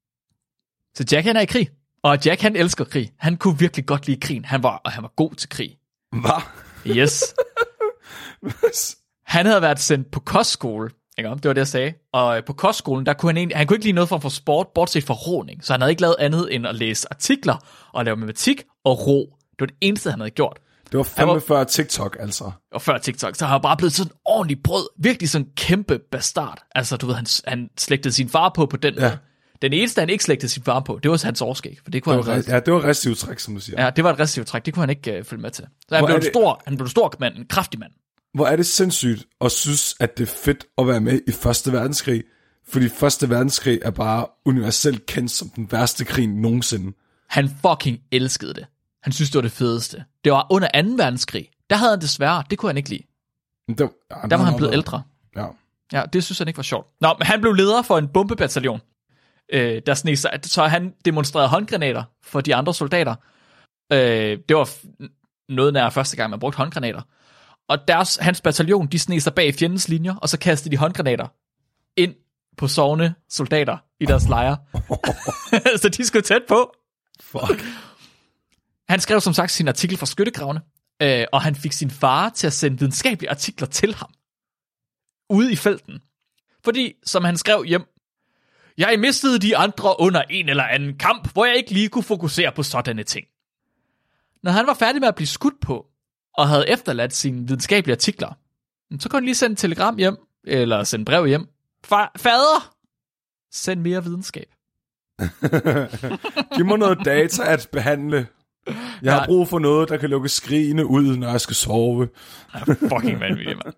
Så Jack, han er i krig. Og Jack, han elsker krig. Han kunne virkelig godt lide krigen. Han var, og han var god til krig. Hvad? Yes. Han havde været sendt på kostskole. Ikke? Det var det, jeg sagde. Og på kostskolen, der kunne han egentlig, han kunne ikke lide noget form for sport, bortset fra roning. Så han havde ikke lavet andet end at læse artikler og lave matematik og ro. Det var det eneste, han havde gjort. Det var fandme var, før TikTok, altså. Og før TikTok, så har han bare blevet sådan en ordentlig brød. Virkelig sådan en kæmpe bastard. Altså, du ved, han, han slægtede sin far på på den måde. Ja. Den eneste, han ikke slægtede sin far på, det var hans årskæg. For det kunne det var, han ja, det var et restivt træk, som du siger. Ja, det var et restivt træk. Det kunne han ikke uh, følge med til. Så han blev, en stor, han blev en stor mand, en kraftig mand. Hvor er det sindssygt at synes, at det er fedt at være med i Første Verdenskrig. Fordi Første Verdenskrig er bare universelt kendt som den værste krig nogensinde. Han fucking elskede det. Han synes, det var det fedeste. Det var under anden verdenskrig. Der havde han desværre. Det kunne han ikke lide. Der, ja, der var han blevet der. ældre. Ja. Ja, det synes han ikke var sjovt. Nå, men han blev leder for en bombebataljon. Øh, der sneg sig, så han demonstrerede håndgranater for de andre soldater. Øh, det var noget nær første gang, man brugte håndgranater. Og deres, hans bataljon, de sneg sig bag fjendens linjer, og så kastede de håndgranater ind på sovende soldater i deres lejre. Så de skulle tæt på. Fuck. Han skrev som sagt sin artikel fra skyttegravene, øh, og han fik sin far til at sende videnskabelige artikler til ham. Ude i felten. Fordi, som han skrev hjem, jeg mistede de andre under en eller anden kamp, hvor jeg ikke lige kunne fokusere på sådanne ting. Når han var færdig med at blive skudt på, og havde efterladt sine videnskabelige artikler, så kunne han lige sende et telegram hjem, eller sende brev hjem. Fader, send mere videnskab. Giv mig noget data at behandle. Jeg har ja. brug for noget, der kan lukke skrigene ud, når jeg skal sove. Ja, fucking vanvittigt, mand.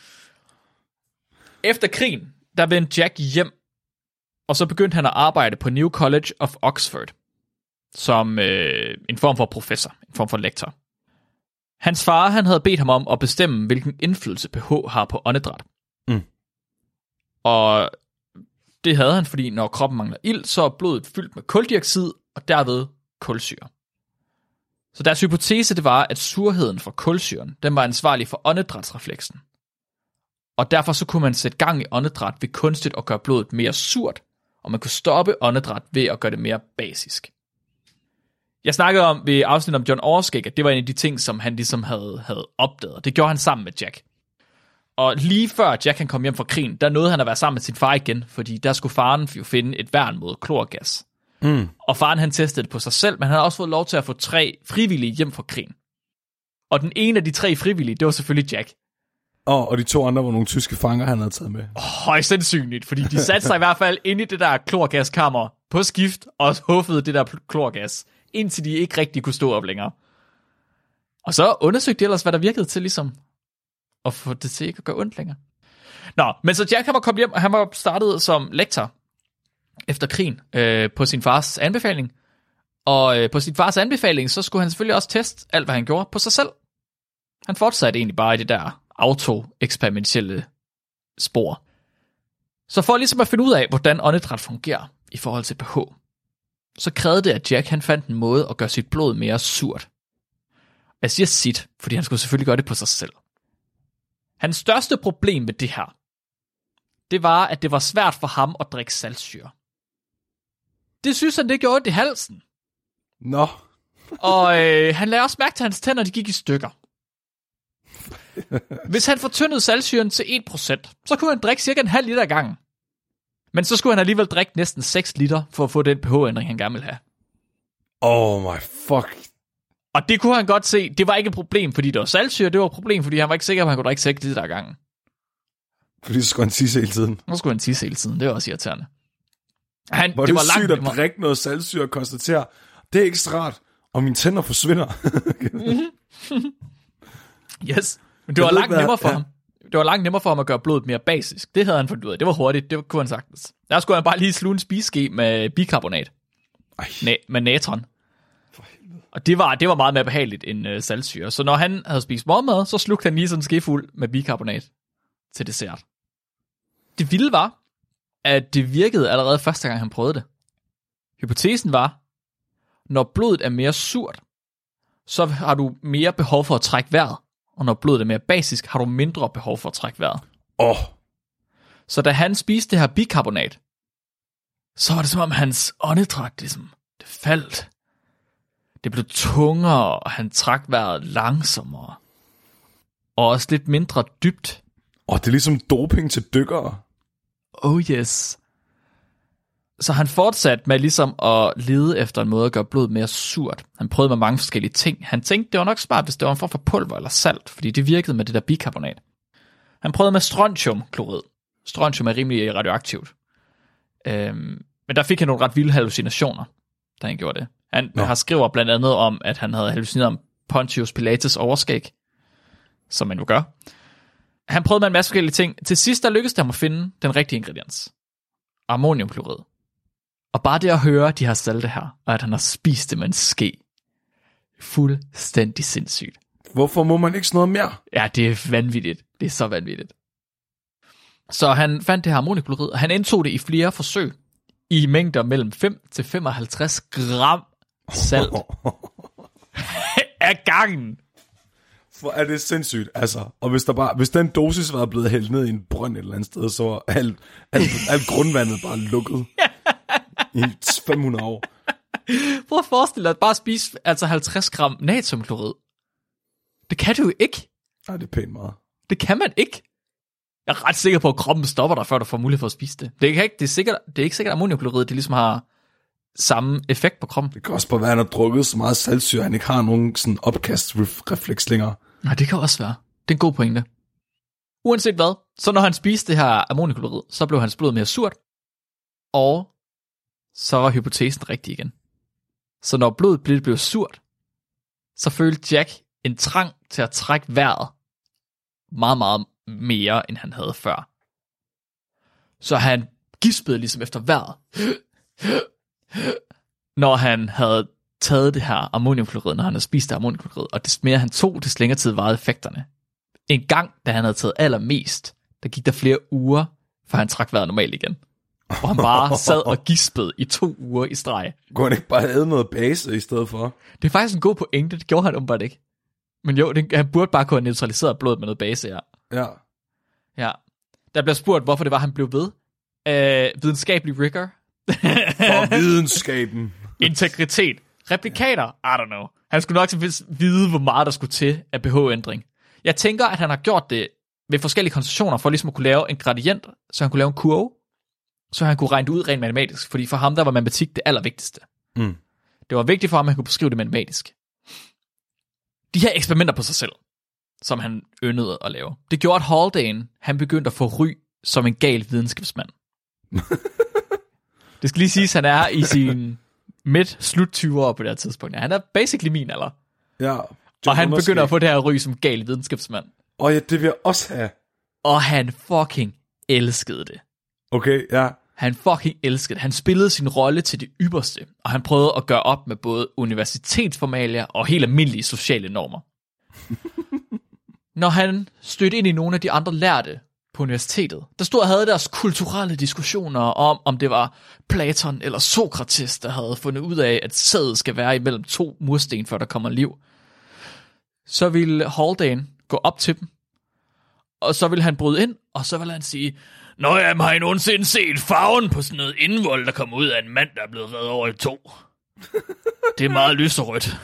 Efter krigen, der vendte Jack hjem, og så begyndte han at arbejde på New College of Oxford, som øh, en form for professor, en form for lektor. Hans far, han havde bedt ham om at bestemme, hvilken indflydelse pH har på åndedræt. Mm. Og det havde han, fordi når kroppen mangler ild, så er blodet fyldt med kuldioxid, og derved kulsyre. Så deres hypotese, det var, at surheden fra kulsyren, den var ansvarlig for åndedrætsrefleksen. Og derfor så kunne man sætte gang i åndedræt ved kunstigt at gøre blodet mere surt, og man kunne stoppe åndedræt ved at gøre det mere basisk. Jeg snakkede om ved afsnit om John Overskæg, at det var en af de ting, som han ligesom havde, havde opdaget. Det gjorde han sammen med Jack. Og lige før Jack han kom hjem fra krigen, der nåede han at være sammen med sin far igen, fordi der skulle faren jo finde et værn mod klorgas. Mm. Og faren han testede det på sig selv, men han havde også fået lov til at få tre frivillige hjem fra krigen. Og den ene af de tre frivillige, det var selvfølgelig Jack. Oh, og de to andre var nogle tyske fanger, han havde taget med. Højst sandsynligt, fordi de satte sig i hvert fald ind i det der klorgaskammer på skift, og huffede det der klorgas, indtil de ikke rigtig kunne stå op længere. Og så undersøgte de ellers, hvad der virkede til ligesom at få det til ikke at gøre ondt længere. Nå, men så Jack han var kommet hjem, og han var startet som lektor efter krigen øh, på sin fars anbefaling. Og øh, på sin fars anbefaling, så skulle han selvfølgelig også teste alt, hvad han gjorde på sig selv. Han fortsatte egentlig bare i det der auto-eksperimentelle spor. Så for ligesom at finde ud af, hvordan åndedræt fungerer i forhold til pH, så krævede det, at Jack han fandt en måde at gøre sit blod mere surt. Jeg siger sit, fordi han skulle selvfølgelig gøre det på sig selv. Hans største problem med det her, det var, at det var svært for ham at drikke saltsyre. Det synes han, det gjorde ondt i halsen. Nå. Og øh, han lagde også mærke til, at hans tænder de gik i stykker. Hvis han fortyndede saltsyren til en procent, så kunne han drikke cirka en halv liter ad gangen. Men så skulle han alligevel drikke næsten seks liter, for at få den pH-ændring, han gerne ville have. Oh my fuck. Og det kunne han godt se, det var ikke et problem, fordi det var saltsyre, det var et problem, fordi han var ikke sikker på, at han kunne drikke seks liter ad gangen. Fordi så skulle han tisse hele tiden. Så skulle han tisse hele tiden, det var også irriterende. Han, hvor det var det sygt langt, at drikke noget saltsyre og konstatere, det er ikke så rart, og mine tænder forsvinder. Yes, men det var langt nemmere for ja. ham. Det var langt nemmere for ham at gøre blodet mere basisk. Det havde han fundet ud af. Det var hurtigt, det kunne han sagtens. Der skulle han bare lige sluge en spiseske med bikarbonat. Na- med natron. Og det var, det var meget mere behageligt end øh, saltsyre. Så når han havde spist morgenmad, så slugte han lige sådan en skefuld med bikarbonat til dessert. Det vilde var, at det virkede allerede første gang, han prøvede det. Hypotesen var, når blodet er mere surt, så har du mere behov for at trække vejret. Og når blodet er mere basisk, har du mindre behov for at trække vejret. Åh. Oh. Så da han spiste det her bikarbonat, så var det som om hans åndedræt ligesom, det faldt. Det blev tungere, og han trak vejret langsommere. Og også lidt mindre dybt. Og det er ligesom doping til dykkere. Oh yes. Så han fortsatte med ligesom at lede efter en måde at gøre blodet mere surt. Han prøvede med mange forskellige ting. Han tænkte, det var nok smart, hvis det var en form for pulver eller salt, fordi det virkede med det der bikarbonat. Han prøvede med strontiumklorid. Strontium er rimelig radioaktivt. Øhm, men der fik han nogle ret vilde hallucinationer, da han gjorde det. Han Nå. har skriver blandt andet om, at han havde hallucineret om Pontius Pilates overskæg, som man jo gør. Han prøvede med en masse forskellige ting. Til sidst der lykkedes det ham at finde den rigtige ingrediens. Ammoniumklorid. Og bare det at høre, de har salte her, og at han har spist det med en ske. Fuldstændig sindssygt. Hvorfor må man ikke sådan noget mere? Ja, det er vanvittigt. Det er så vanvittigt. Så han fandt det her ammoniumklorid, og han indtog det i flere forsøg. I mængder mellem fem til femoghalvtreds gram salt af gangen. For er det sindssygt, altså. Og hvis, der bare, hvis den dosis var blevet hældt ned i en brønd et eller andet sted, så var alt, alt, alt grundvandet bare lukket i fem hundrede år. Prøv at forestille dig at bare spise altså halvtreds gram natriumklorid. Det kan du jo ikke. Nej, det er pænt meget. Det kan man ikke. Jeg er ret sikker på, at kroppen stopper dig, før du får mulighed for at spise det. Det er ikke, det er sikkert, det er ikke sikkert, at ammoniumklorid, det ligesom har samme effekt på kroppen. Det kan også bare være, at han har drukket så meget saltsyre, at han ikke har nogen sådan opkastrefleks længere. Nej, det kan også være. Det er en god pointe. Uanset hvad, så når han spiste det her ammoniumklorid, så blev hans blod mere surt, og så var hypotesen rigtig igen. Så når blodet blev, blev surt, så følte Jack en trang til at trække vejret meget, meget mere, end han havde før. Så han gispede ligesom efter vejret, når han havde taget det her ammoniumklorid, når han havde spist det ammoniumklorid, og des mere han tog, des længere tid varede effekterne. En gang, da han havde taget allermest, der gik der flere uger, før han trak vejret normalt igen. Og han bare sad og gispede i to uger i streg. Kunne han ikke bare have noget base i stedet for? Det er faktisk en god pointe, det gjorde han umiddelbart ikke. Men jo, det, han burde bare kunne have neutraliseret blodet med noget base her. Ja. Ja. Der bliver spurgt, hvorfor det var, han blev ved. Øh, videnskabelig rigor. For videnskaben. Integritet. Replikater? I don't know. Han skulle nok vide, hvor meget der skulle til af pH-ændring. Jeg tænker, at han har gjort det ved forskellige koncentrationer, for ligesom at kunne lave en gradient, så han kunne lave en kurve, så han kunne regne det ud rent matematisk, fordi for ham, der var matematik det allervigtigste. Mm. Det var vigtigt for ham, at han kunne beskrive det matematisk. De her eksperimenter på sig selv, som han yndede at lave, det gjorde, at Haldane, han begyndte at få ry som en gal videnskabsmand. Det skal lige siges, at han er i sin midt-slut tyve år på det her tidspunkt. Han er basically min alder. Ja. Og han begynder at få det her ry som gal videnskabsmand. Og ja, det vil jeg også have. Og han fucking elskede det. Okay, ja. Han fucking elskede det. Han spillede sin rolle til det ypperste, og han prøvede at gøre op med både universitetsformalier og helt almindelige sociale normer. Når han stødte ind i nogle af de andre lærte på universitetet, der stod og havde deres kulturelle diskussioner om, om det var Platon eller Sokrates, der havde fundet ud af, at sædet skal være imellem to mursten, før der kommer liv. Så ville Haldane gå op til dem, og så ville han bryde ind, og så ville han sige, nå jamen, har I nogensinde set farven på sådan noget indvold, der kommer ud af en mand, der er blevet reddet over i to? Det er meget lyserødt.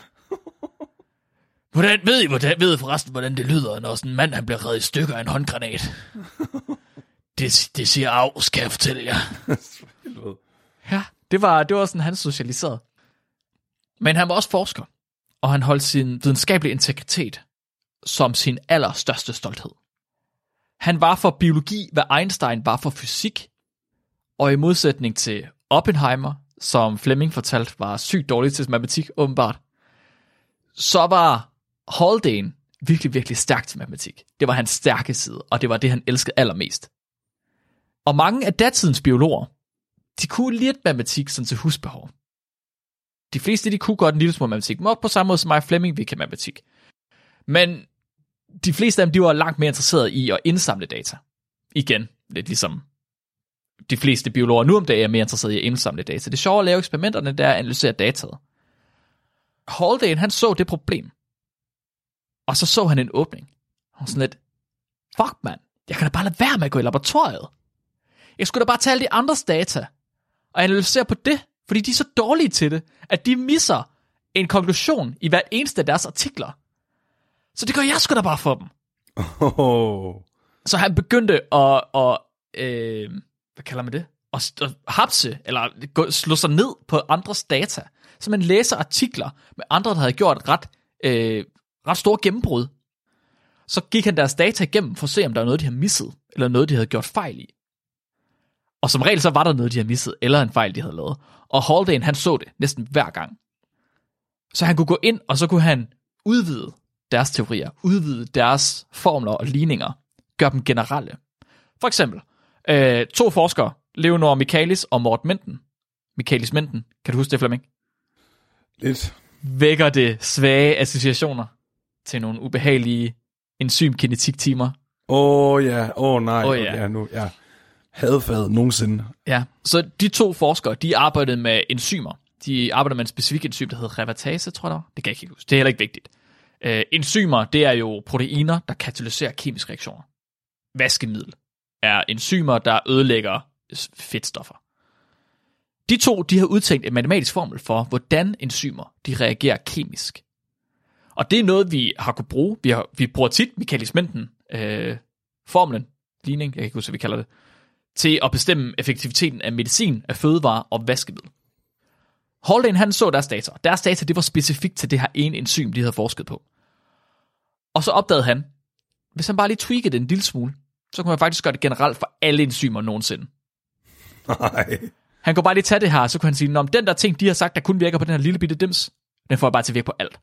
Hvordan, ved I hvordan, ved I forresten, hvordan det lyder, når sådan en mand han bliver reddet i stykker af en håndgranat? Det, det siger af, skal jeg fortælle jer. Ja, det var, det var sådan, han socialiserede. Men han var også forsker, og han holdt sin videnskabelige integritet som sin allerstørste stolthed. Han var for biologi, hvad Einstein var for fysik, og i modsætning til Oppenheimer, som Fleming fortalte var sygt dårlig til matematik, åbenbart, så var Haldane virkelig, virkelig stærk til matematik. Det var hans stærke side, og det var det, han elskede allermest. Og mange af datidens biologer, de kunne lidt matematik sådan til husbehov. De fleste, de kunne godt en lille smule matematik, men også på samme måde som mig og Flemming, vi kan matematik. Men de fleste af dem, de var langt mere interesserede i at indsamle data. Igen, lidt ligesom de fleste biologer nu om dagen er mere interesserede i at indsamle data. Det er sjovt at lave eksperimenterne, der er at analysere dataet. Haldane, han så det problem. Og så så han en åbning. Og sådan lidt, fuck mand, jeg kan da bare lade være med at gå i laboratoriet. Jeg skulle da bare tage alle de andres data og analysere på det, fordi de er så dårlige til det, at de misser en konklusion i hvert eneste af deres artikler. Så det gør jeg sgu da bare for dem. Oh. Så han begyndte at, at øh, hvad kalder man det? At, at hapse, eller gå, slå sig ned på andres data. Så man læser artikler med andre, der havde gjort ret, øh, ret store gennembrud. Så gik han deres data igennem for at se, om der var noget, de havde misset, eller noget, de havde gjort fejl i. Og som regel, så var der noget, de havde misset, eller en fejl, de havde lavet. Og Haldane, han så det næsten hver gang. Så han kunne gå ind, og så kunne han udvide deres teorier, udvide deres formler og ligninger, gøre dem generelle. For eksempel, øh, to forskere, Leonor Michaelis og Mort Menten. Michaelis Menten, kan du huske det, Flemming? Lidt. Vækker det svage associationer til nogle ubehagelige enzymkinetik-timer. Åh oh, ja, åh oh, nej, oh, ja. ja. ja, nu, ja. Hadfad nogensinde. Ja, så de to forskere, de arbejdede med enzymer. De arbejdede med en specifik enzym, der hedder revertase, tror jeg. Det kan jeg ikke helt huske. Det er heller ikke vigtigt. Uh, enzymer, det er jo proteiner, der katalyserer kemiske reaktioner. Vaskemiddel er enzymer, der ødelægger fedtstoffer. De to, de har udtænkt en matematisk formel for, hvordan enzymer, de reagerer kemisk. Og det er noget, vi har kunne bruge. Vi, har, vi bruger tit Michaelis Menten, øh, formlen, ligning, jeg kan ikke huske, hvad vi kalder det, til at bestemme effektiviteten af medicin, af fødevarer og vaskemiddel. Haldane, han så deres data. Deres data, det var specifikt til det her ene enzym, de havde forsket på. Og så opdagede han, hvis han bare lige tweakede det en lille smule, så kunne man faktisk gøre det generelt for alle enzymer nogensinde. Nej. Han kunne bare lige tage det her, så kunne han sige, om den der ting, de har sagt, der kun virker på den her lille bitte dims, den får jeg bare til at virke på alt.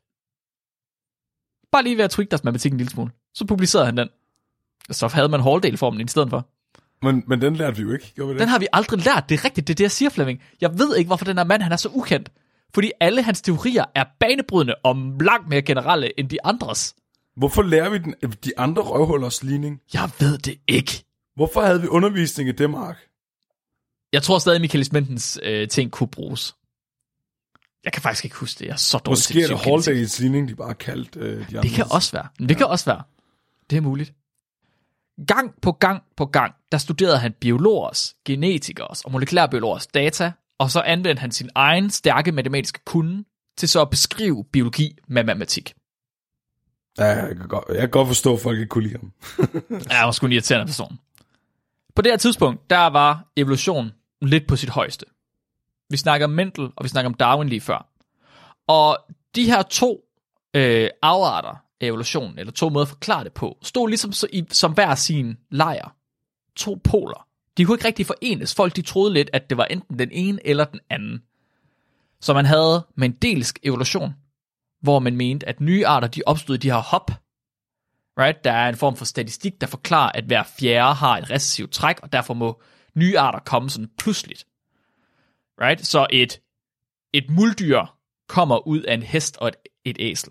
Bare lige ved at tweake deres matematik en lille smule. Så publicerede han den. Så havde man Haldane-formen i stedet for. Men, men den lærte vi jo ikke, gjorde vi det? Den har vi aldrig lært, det er rigtigt, det er det, jeg siger, Flemming. Jeg ved ikke, hvorfor den her mand, han er så ukendt. Fordi alle hans teorier er banebrydende og langt mere generelle end de andres. Hvorfor lærer vi den, de andre røvhullers ligning? Jeg ved det ikke. Hvorfor havde vi undervisning i det, Mark? Jeg tror stadig, at Michaelis Mentens øh, ting kunne bruges. Jeg kan faktisk ikke huske det. Jeg er så dårlig Måske til er det Haldanes ligning, de bare kaldt øh, de andre. Det kan også være. Det ja. kan også være. Det er muligt. Gang på gang på gang, der studerede han biologers, genetikers og molekylærbiologers data, og så anvendte han sin egen stærke matematiske kunde til så at beskrive biologi med matematik. Ja, jeg kan godt, jeg kan godt forstå, at folk ikke kunne lide ham. Ja, han var sgu en irriterende person. På det her tidspunkt, der var evolution lidt på sit højeste. Vi snakker om Mendel, og vi snakker om Darwin lige før. Og de her to øh, afarter af evolutionen, eller to måder at forklare det på, stod ligesom så i, som hver sin lejr. To poler. De kunne ikke rigtig forenes. Folk de troede lidt, at det var enten den ene eller den anden. Så man havde mendelsk evolution, hvor man mente, at nye arter de opstod i de her hop. Right? Der er en form for statistik, der forklarer, at hver fjerde har et recessivt træk, og derfor må nye arter komme sådan pludseligt. Right? Så et, et muldyr kommer ud af en hest og et, et æsel.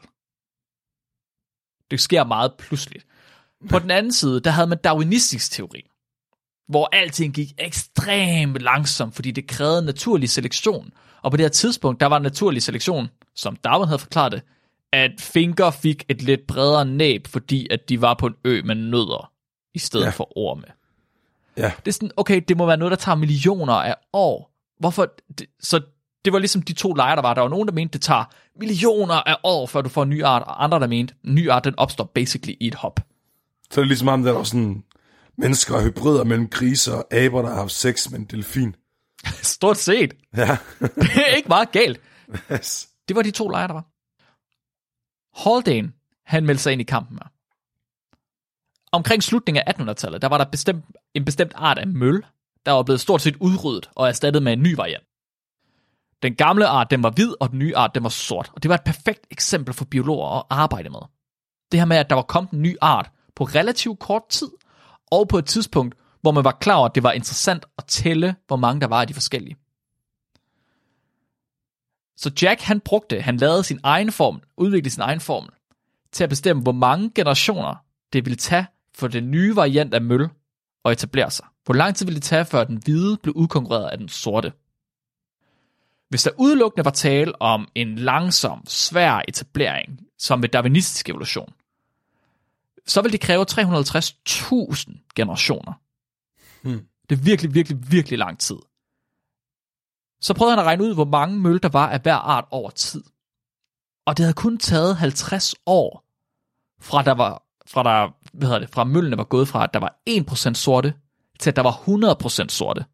Det sker meget pludseligt. På den anden side, der havde man darwinistisk teori, hvor alting gik ekstremt langsomt, fordi det krævede naturlig selektion. Og på det her tidspunkt, der var naturlig selektion, som Darwin havde forklaret det, at finker fik et lidt bredere næb, fordi at de var på en ø med nødder, i stedet ja. for orme. Ja. Det er sådan, okay, det må være noget, der tager millioner af år. Hvorfor? Det, så det var ligesom de to lejre, der var. Der var nogen, der mente, det tager millioner af år, før du får en ny art, og andre, der mente, en ny art, den opstår basically i et hop. Så er det ligesom om, der var sådan mennesker og hybrider mellem griser og aber, der har haft sex med en delfin. Stort set. Ja. Det er ikke meget galt. Yes. Det var de to lejre, der var. Haldane, han meldte sig ind i kampen her. Omkring slutningen af attenhundredetallet, der var der bestemt, en bestemt art af møl, der var blevet stort set udryddet og erstattet med en ny variant. Den gamle art, den var hvid, og den nye art, den var sort. Og det var et perfekt eksempel for biologer at arbejde med. Det her med, at der var kommet en ny art på relativt kort tid, og på et tidspunkt, hvor man var klar over, at det var interessant at tælle, hvor mange der var af de forskellige. Så Jack, han brugte, han lavede sin egen formel, udviklede sin egen formel, til at bestemme, hvor mange generationer det ville tage for den nye variant af møl at etablere sig. Hvor lang tid ville det tage, før den hvide blev udkonkurreret af den sorte? Hvis der udelukkende var tale om en langsom, svær etablering, som ved darwinistisk evolution, så ville det kræve tre hundrede og halvtreds tusind generationer. Hmm. Det er virkelig, virkelig, virkelig lang tid. Så prøvede han at regne ud, hvor mange møl der var af hver art over tid. Og det havde kun taget halvtreds år, fra der var, fra der, hvad hedder det, fra møllene var gået fra, at der var en procent sorte, til at der var hundrede procent sorte.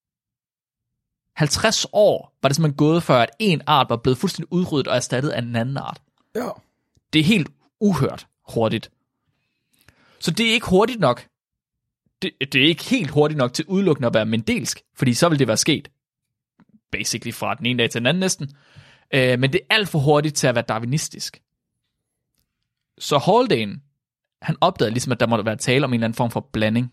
halvtreds år var det simpelthen gået, før at en art var blevet fuldstændig udryddet og erstattet af en anden art. Ja. Det er helt uhørt hurtigt. Så det er ikke hurtigt nok. Det, det er ikke helt hurtigt nok til udelukkende at være mendelsk, fordi så vil det være sket. Basically fra den ene dag til den anden næsten. Øh, men det er alt for hurtigt til at være darwinistisk. Så Haldane, han opdagede ligesom, at der måtte være tale om en eller anden form for blanding.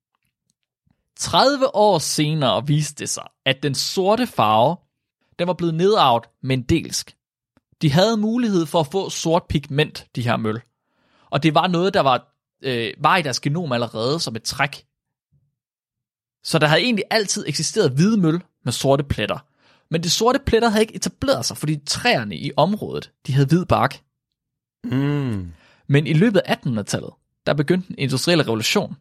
tredive år senere viste det sig, at den sorte farve, den var blevet nedarvet mendelsk. De havde mulighed for at få sort pigment, de her møl. Og det var noget, der var, øh, var i deres genom allerede som et træk. Så der havde egentlig altid eksisteret hvide møl med sorte pletter. Men de sorte pletter havde ikke etableret sig, fordi træerne i området, de havde hvid bark. Mm. Men i løbet af attenhundredetallet, der begyndte den industrielle revolution.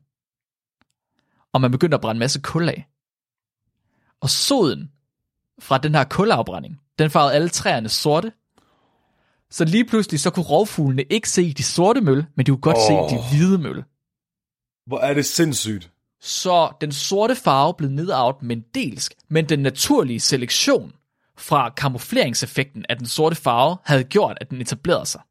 Og man begyndte at brænde en masse kul af. Og soden fra den her kulafbrænding, den farvede alle træerne sorte. Så lige pludselig, så kunne rovfuglene ikke se de sorte møl, men de kunne godt oh. se de hvide møl. Hvor er det sindssygt. Så den sorte farve blev nedarvet mendelsk, men den naturlige selektion fra kamufleringseffekten af den sorte farve havde gjort, at den etablerede sig.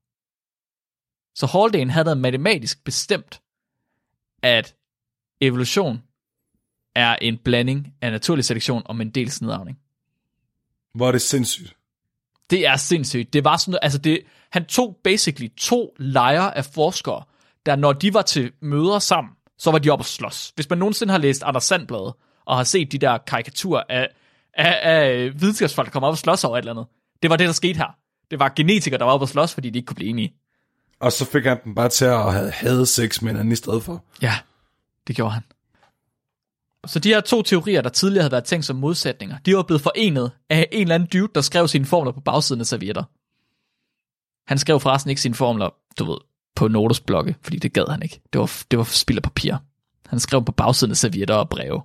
Så Haldane havde matematisk bestemt, at evolution er en blanding af naturlig selektion og mendelsk nedarvning. Hvor er det sindssygt. Det er sindssygt. Det var sådan, altså det, han tog basically to lejre af forskere, der når de var til møder sammen, så var de oppe at slås. Hvis man nogensinde har læst Anders Sandblad, og har set de der karikaturer af, af, af videnskabsfolk, der kommer op og slås over et eller andet, det var det, der skete her. Det var genetikere, der var oppe at slås, fordi de ikke kunne blive enige. Og så fik han dem bare til at have havde sex med hinanden i stedet for. Ja, det gjorde han. Så de her to teorier, der tidligere havde været tænkt som modsætninger, de var blevet forenet af en eller anden dude, der skrev sine formler på bagsiden af servietter. Han skrev forresten ikke sine formler, du ved, på notesblokke, fordi det gad han ikke. Det var, det var spild af papir. Han skrev på bagsiden af servietter og breve.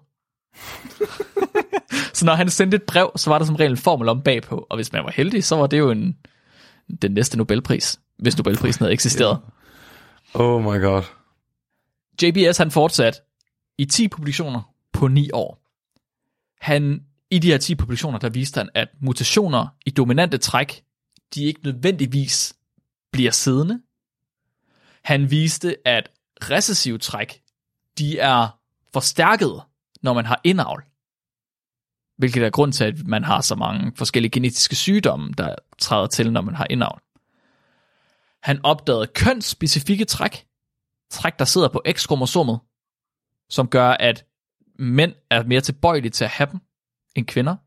Så når han sendte et brev, så var der som regel en formel om bagpå, og hvis man var heldig, så var det jo en, den næste Nobelpris, hvis Nobelprisen havde eksisteret. Oh my god. J B S han fortsatte i ti publikationer på ni år. Han, i de her ti publikationer, der viste han, at mutationer i dominante træk, de ikke nødvendigvis bliver siddende. Han viste, at recessive træk, de er forstærket, når man har indavl. Hvilket er grund til, at man har så mange forskellige genetiske sygdomme, der træder til, når man har indavl. Han opdagede kønsspecifikke træk, træk, der sidder på X-kromosomet, som gør, at mænd er mere tilbøjelige til at have dem end kvinder.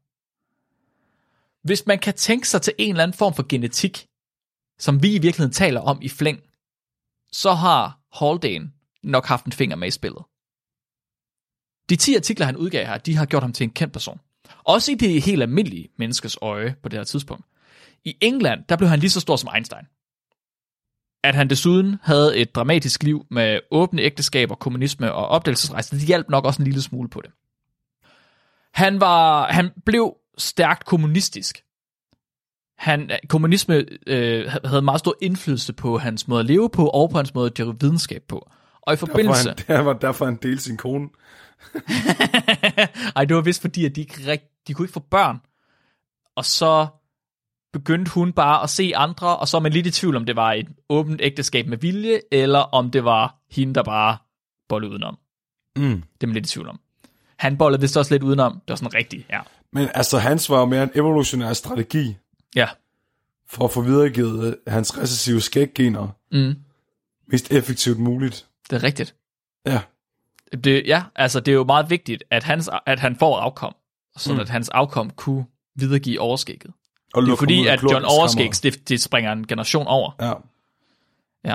Hvis man kan tænke sig til en eller anden form for genetik, som vi i virkeligheden taler om i flæng, så har Haldane nok haft en finger med i spillet. De ti artikler, han udgav her, de har gjort ham til en kendt person. Også i det helt almindelige menneskes øje på det her tidspunkt. I England, der blev han lige så stor som Einstein. At han desuden havde et dramatisk liv med åbne ægteskaber, kommunisme og opdagelsesrejser, det hjalp nok også en lille smule på det. Han, var, han blev stærkt kommunistisk. Han, kommunisme øh, havde meget stor indflydelse på hans måde at leve på, og på hans måde at drive videnskab på. Og i forbindelse... Derfor han, var derfor han delte sin kone. Ej, det var vist fordi, at de, ikke rigt, de kunne ikke få børn. Og så begyndte hun bare at se andre, og så er man lidt i tvivl, om det var et åbent ægteskab med vilje, eller om det var hende, der bare bollede udenom. Mm. Det er man lidt i tvivl om. Han bollede vist også lidt udenom. Det var sådan rigtigt, ja. Men altså, hans var jo mere en evolutionær strategi. Ja. For at få videregivet hans recessive skæggener Mm. mest effektivt muligt. Det er rigtigt. Ja. Det, ja, altså det er jo meget vigtigt, at, hans, at han får afkom, så Mm. at hans afkom kunne videregive overskægget. Og det er fordi, at John Overskæg, skræmmer. det, det springer en generation over. Ja. Ja.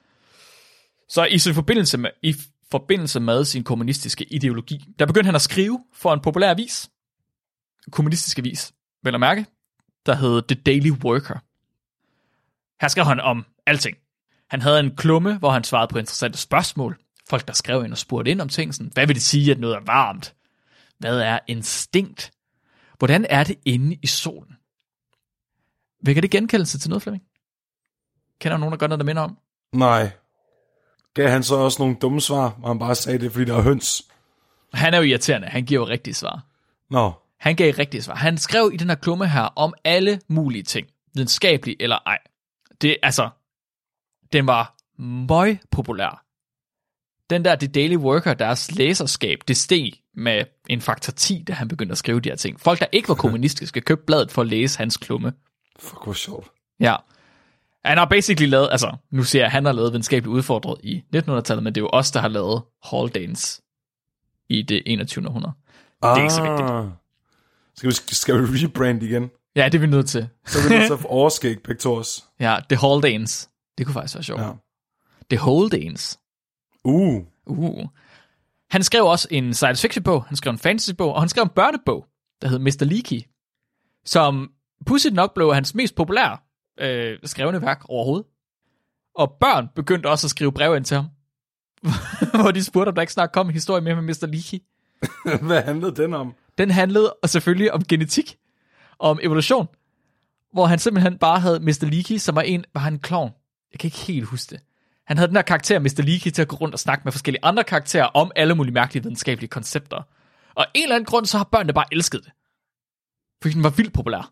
Så i sin forbindelse med, i forbindelse med sin kommunistiske ideologi, der begyndte han at skrive for en populær avis, kommunistisk avis, vel at mærke, der hed The Daily Worker. Her skrev han om alting. Han havde en klumme, hvor han svarede på interessante spørgsmål. Folk, der skrev ind og spurgte ind om ting. Sådan, hvad vil det sige, at noget er varmt? Hvad er instinkt? Hvordan er det inde i solen? Vækker det genkendelse til noget, Flemming? Kender du nogen, der gør noget, der minder om? Nej. Gav han så også nogle dumme svar, hvor han bare sagde det, fordi der er høns? Han er jo irriterende. Han giver jo rigtige svar. Nå. Han gav rigtige svar. Han skrev i den her klumme her om alle mulige ting. Videnskabelige eller ej. Det, altså, den var møg populær. Den der The Daily Worker, deres læserskab, det steg med en faktor ti, da han begyndte at skrive de her ting. Folk, der ikke var kommunistiske, købte bladet for at læse hans klumme. Fuck, hvor sjovt. Ja. Han har basically lavet, altså, nu ser jeg, at han har lavet videnskabeligt udfordret i nittenhundredetallet, men det er jo os, der har lavet Haldanes i det enogtyvende århundrede. Ah. Det er ikke så vigtigt. Skal vi, skal vi rebrand igen? Ja, det er vi nødt til. Så er vi nødt til at få overskæg begge to os. Ja, The Haldanes. Det kunne faktisk være sjovt. Ja. The Haldanes. Uh. Uh. Han skrev også en science fiction bog, han skrev en fantasy bog, og han skrev en børnebog, der hed mister Leakey, som pudsigt nok blev hans mest populære øh, skrevne værk overhovedet. Og børn begyndte også at skrive breve ind til ham, hvor de spurgte, om der ikke snart kom en historie mere med mister Leakey. Hvad handlede den om? Den handlede og selvfølgelig om genetik, og om evolution, hvor han simpelthen bare havde mister Leakey, som var en, var han en klovn. Jeg kan ikke helt huske det. Han havde den her karakter, mister Leakey, til at gå rundt og snakke med forskellige andre karakterer om alle mulige mærkelige videnskabelige koncepter. Og af en eller anden grund, så har børnene bare elsket det. Fordi den var vildt populær.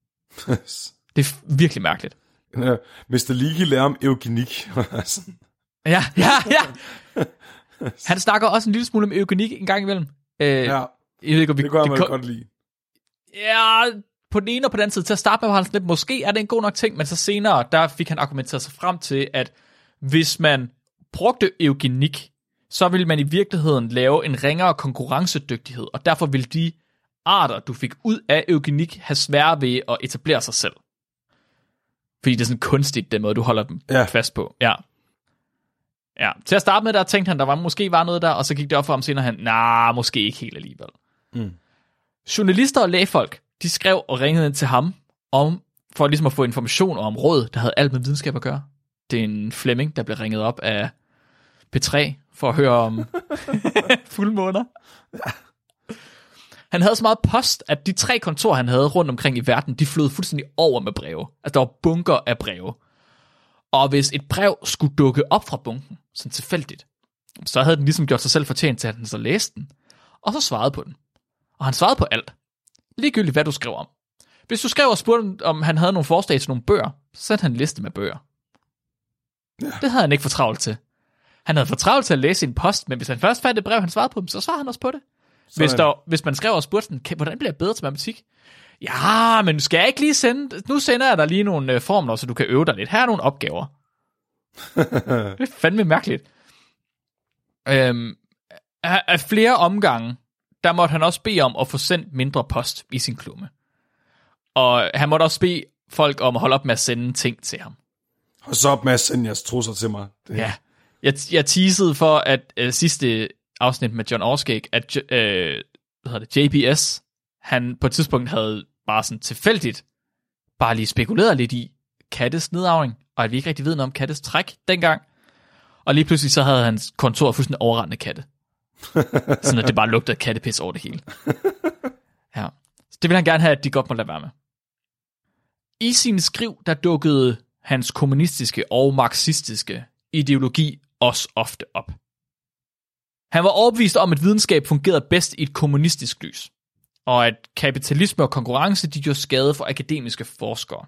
Det er virkelig mærkeligt. Ja, mister Leakey lærer om eugenik. Ja, ja, ja. Han snakker også en lille smule om eugenik en gang imellem. Øh, ja, jeg ved ikke, om vi, det gør man det, godt lide. Ja, på den ene og på den anden side. Til at starte med var han sådan lidt, måske er det en god nok ting, men så senere, der fik han argumenteret sig frem til, at hvis man brugte eugenik, så ville man i virkeligheden lave en ringere konkurrencedygtighed, og derfor ville de arter, du fik ud af eugenik, have svære ved at etablere sig selv. Fordi det er sådan kunstigt, den måde, du holder dem ja. fast på. Ja. Ja. Til at starte med, der tænkte han, der var måske var noget der, og så gik det op for ham senere, han, nah, måske ikke helt alligevel. Mm. Journalister og lægefolk, de skrev og ringede ind til ham, om, for ligesom at få information om råd, der havde alt med videnskab at gøre. Det er en Flemming, der blev ringet op af P tre, for at høre om fuldmåner. Han havde så meget post, at de tre kontorer, han havde rundt omkring i verden, de flød fuldstændig over med breve. Altså, der var bunker af breve. Og hvis et brev skulle dukke op fra bunken, sådan tilfældigt, så havde den ligesom gjort sig selv fortjent til, at han så læste den, og så svarede på den. Og han svarede på alt. Ligegyldigt, hvad du skrev om. Hvis du skrev og spurgte, om han havde nogle forslag til nogle bøger, så sendte han en liste med bøger. Ja. Det havde han ikke for travlt til. Han havde for travlt til at læse en post, men hvis han først fandt et brev, han svarede på dem, så svarede han også på det. Hvis, der, hvis man skrev og spurgte sådan, hvordan bliver jeg bedre til matematik? Ja, men skal jeg ikke lige sende... Nu sender jeg dig lige nogle øh, formler, så du kan øve dig lidt. Her er nogle opgaver. Det er fandme mærkeligt. Øhm, af, af flere omgange, der måtte han også bede om at få sendt mindre post i sin klumme. Og han måtte også bede folk om at holde op med at sende ting til ham. Hold så op med at sende jeres trusser til mig. Det. Ja, jeg, jeg teasede for, at øh, sidste afsnit med John Overskæg, at øh, hvad hedder det, J B S, han på et tidspunkt havde bare sådan tilfældigt bare lige spekuleret lidt i kattes nedarvning, og at vi ikke rigtig ved noget om kattes træk dengang. Og lige pludselig så havde hans kontor fuldstændig overrendende katte. Sådan at det bare lugtede kattepis over det hele. Ja. Så det vil han gerne have, at de godt må lade være med. I sin skriv, der dukkede hans kommunistiske og marxistiske ideologi også ofte op. Han var overbevist om, at videnskab fungerede bedst i et kommunistisk lys, og at kapitalisme og konkurrence de gjorde skade for akademiske forskere.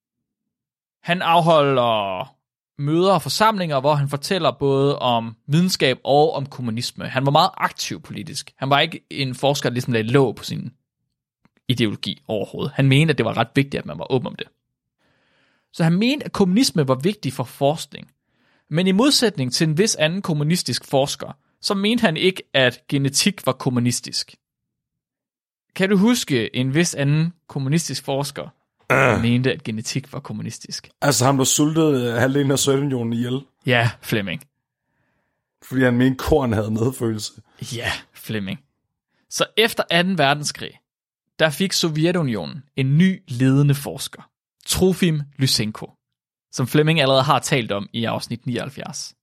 Han afholder møder og forsamlinger, hvor han fortæller både om videnskab og om kommunisme. Han var meget aktiv politisk. Han var ikke en forsker, der ligesom lagde låg på sin ideologi overhovedet. Han mente, at det var ret vigtigt, at man var åben om det. Så han mente, at kommunisme var vigtig for forskning. Men i modsætning til en vis anden kommunistisk forsker, så mente han ikke, at genetik var kommunistisk. Kan du huske en vis anden kommunistisk forsker, uh. mente, at genetik var kommunistisk. Altså ham, der sultede halvdelen af Sovjetunionen ihjel? Ja, Fleming. Fordi han mente, korn havde medfølelse. Ja, Fleming. Så efter anden verdenskrig, der fik Sovjetunionen en ny ledende forsker, Trofim Lysenko, som Fleming allerede har talt om i afsnit nioghalvfjerds.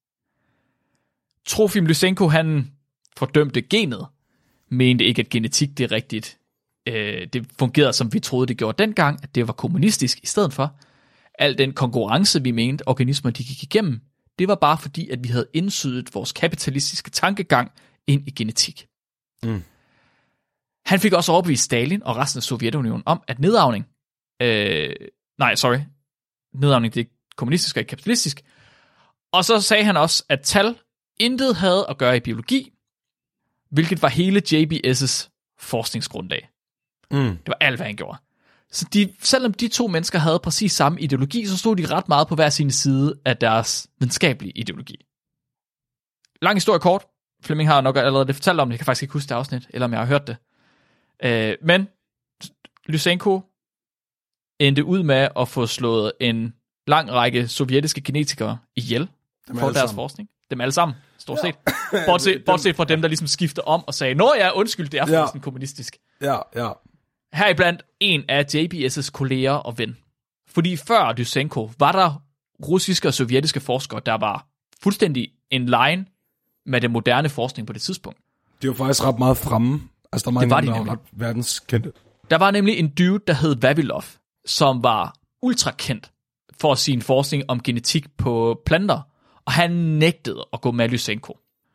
Trofim Lysenko, han fordømte genet, mente ikke, at genetik det er rigtigt. Øh, det fungerede, som vi troede, det gjorde dengang, at det var kommunistisk i stedet for. Al den konkurrence, vi mente, organismer de gik igennem, det var bare fordi, at vi havde indsydet vores kapitalistiske tankegang ind i genetik. Mm. Han fik også overbevist Stalin og resten af Sovjetunionen om, at nedarvning, øh, nej, sorry, nedarvning det er kommunistisk og ikke kapitalistisk, og så sagde han også, at tal intet havde at gøre i biologi, hvilket var hele J B S' forskningsgrundlag. Mm. Det var alt, hvad han gjorde. Så de, selvom de to mennesker havde præcis samme ideologi, så stod de ret meget på hver sin side af deres videnskabelige ideologi. Lang historie kort. Fleming har nok allerede det fortalt om det. Jeg kan faktisk ikke huske det afsnit, eller om jeg har hørt det. Øh, men Lysenko endte ud med at få slået en lang række sovjetiske genetikere ihjel for deres sammen. forskning. Dem alle sammen, stort set. Ja. Bortset, bortset fra dem, der ligesom skifter om og sagde, nå ja, undskyld, det er faktisk ja. kommunistisk. Ja, ja. Heriblandt en af J B S' kolleger og ven. Fordi før Lysenko var der russiske og sovjetiske forskere, der var fuldstændig in line med den moderne forskning på det tidspunkt. De var faktisk ret meget fremme. Altså, der, mange, det var de der var ret verdenskendte. Der var nemlig en dude, der hed Vavilov, som var ultrakendt for sin forskning om genetik på planter, og han nægtede at gå med Lysenko.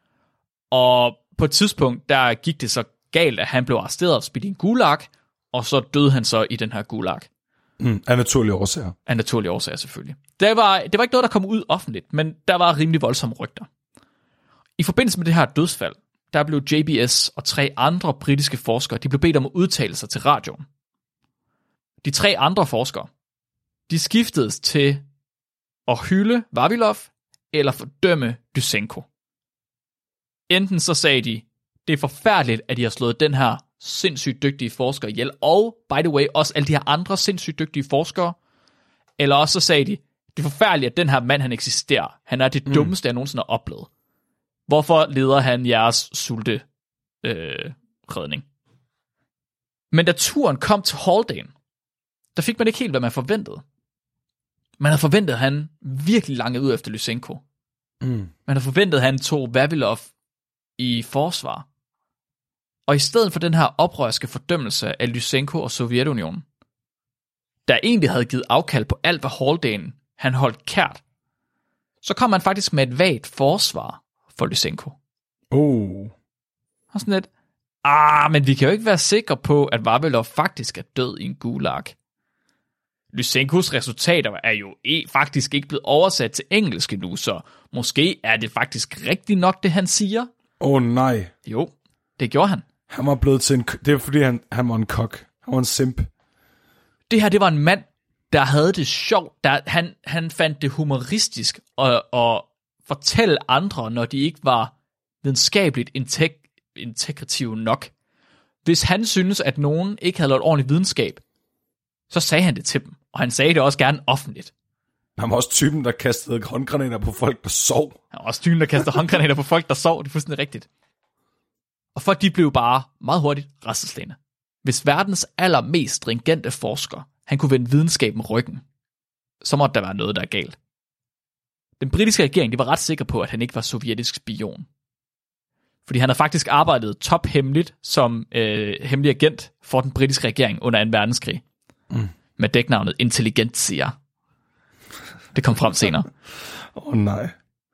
Og på et tidspunkt, der gik det så galt, at han blev arresteret og spillet i en gulag, og så døde han så i den her gulag. Mm, af naturlige årsager. Af naturlige årsager, selvfølgelig. Det var, det var ikke noget, der kom ud offentligt, men der var rimelig voldsomme rygter. I forbindelse med det her dødsfald, der blev J B S og tre andre britiske forskere, de blev bedt om at udtale sig til radioen. De tre andre forskere, de skiftedes til at hylde Vavilov eller fordømme Lysenko. Enten så sagde de, det er forfærdeligt, at de har slået den her sindssygt dygtige forsker ihjel, og by the way, også alle de her andre sindssygt dygtige forskere, eller også så sagde de, det er forfærdeligt, at den her mand, han eksisterer. Han er det mm. dummeste, jeg nogensinde har oplevet. Hvorfor leder han jeres sulte øh, redning? Men da turen kom til Haldane, der fik man ikke helt, hvad man forventede. Man havde forventet, at han virkelig langede ud efter Lysenko. Mm. Man havde forventet, at han tog Vavilov i forsvar. Og i stedet for den her oprørske fordømmelse af Lysenko og Sovjetunionen, der egentlig havde givet afkald på alt, hvad Haldane han holdt kært, så kom man faktisk med et vagt forsvar for Lysenko. Oh. Og sådan lidt, ah, men vi kan jo ikke være sikre på, at Vavilov faktisk er død i en gulag. Lysenkos resultater er jo e- faktisk ikke blevet oversat til engelsk endnu, så måske er det faktisk rigtigt nok, det han siger. Åh oh, nej. Jo, det gjorde han. Han var blevet til en... Det er fordi, han, han var en kok. Han var en simp. Det her, det var en mand, der havde det sjovt. Der, han, han fandt det humoristisk at, at fortælle andre, når de ikke var videnskabeligt integ- integrative nok. Hvis han synes, at nogen ikke havde lavet ordentlig videnskab, så sagde han det til dem. Og han sagde det også gerne offentligt. Han var også typen, der kastede håndgranater på folk, der sov. Han var også typen, der kastede håndgranater på folk, der sov. Det er fuldstændig rigtigt. Og for de blev bare meget hurtigt rædselsslagne. Hvis verdens allermest stringente forsker, han kunne vende videnskaben ryggen, så måtte der være noget, der er galt. Den britiske regering, de var ret sikker på, at han ikke var sovjetisk spion. Fordi han havde faktisk arbejdet tophemmeligt som øh, hemmelig agent for den britiske regering under anden verdenskrig. Mm. Med dæknavnet Intelligentsia. Det kom frem senere. Åh oh, nej.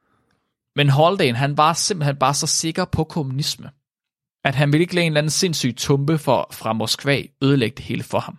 Men Haldane, han var simpelthen bare så sikker på kommunisme, at han ville ikke lade en eller anden sindssyg tumpe for, fra Moskva ødelægge det hele for ham.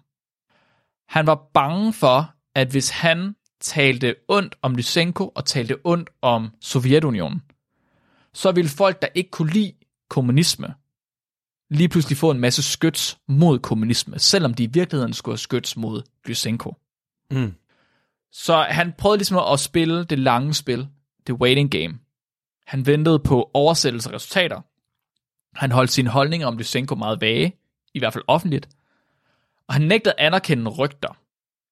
Han var bange for, at hvis han talte ondt om Lysenko og talte ondt om Sovjetunionen, så ville folk, der ikke kunne lide kommunisme, lige pludselig få en masse skyts mod kommunisme, selvom de i virkeligheden skulle have skyts mod Lysenko. Mm. Så han prøvede ligesom at spille det lange spil, det waiting game. Han ventede på oversættelse af resultater. Han holdt sine holdninger om Lysenko meget vage, i hvert fald offentligt. Og han nægtede at anerkende rygter,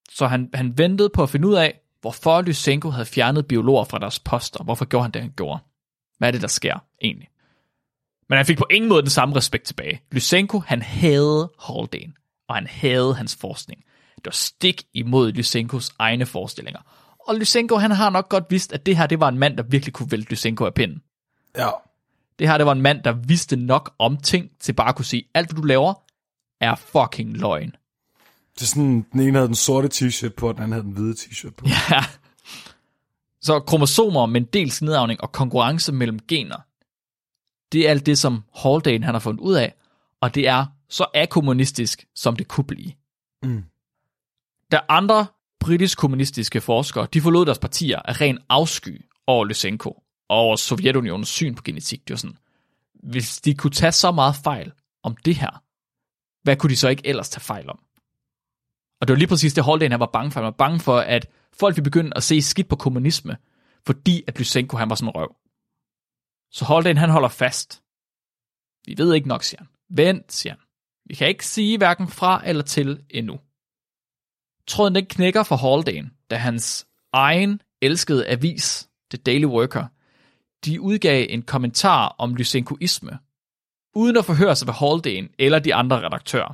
Så han, han ventede på at finde ud af, hvorfor Lysenko havde fjernet biologer fra deres poster. Hvorfor gjorde han det, han gjorde? Hvad er det, der sker egentlig? Men han fik på ingen måde den samme respekt tilbage. Lysenko, han havde Haldane, og han havde hans forskning. Det var stik imod Lysenkos egne forestillinger. Og Lysenko, han har nok godt vidst, at det her, det var en mand, der virkelig kunne vælte Lysenko af pinden. Ja. Det her, det var en mand, der vidste nok om ting, til bare at kunne sige, alt hvad du laver, er fucking løgn. Det er sådan, den ene havde den sorte t-shirt på, og den anden havde den hvide t-shirt på. Ja. Så kromosomer, men dels nedarvning og konkurrence mellem gener, det er alt det, som Haldane han har fundet ud af, og det er så akommunistisk, som det kunne blive. Mm. Da andre britisk kommunistiske forskere, de forlod deres partier af ren afsky over Lysenko, og over Sovjetunionens syn på genetik. Det var sådan, hvis de kunne tage så meget fejl om det her, hvad kunne de så ikke ellers tage fejl om? Og det var lige præcis det, Haldane han var bange for. Han var bange for, at folk ville begynde at se skidt på kommunisme, fordi at Lysenko han var sådan en røv. Så Haldane han holder fast. Vi ved ikke nok, siger han. Vent, siger han. Vi kan ikke sige hverken fra eller til endnu. Tråden den knækker for Haldane, da hans egen elskede avis, The Daily Worker, de udgav en kommentar om lysenkoisme, uden at forhøre sig ved Haldane eller de andre redaktører.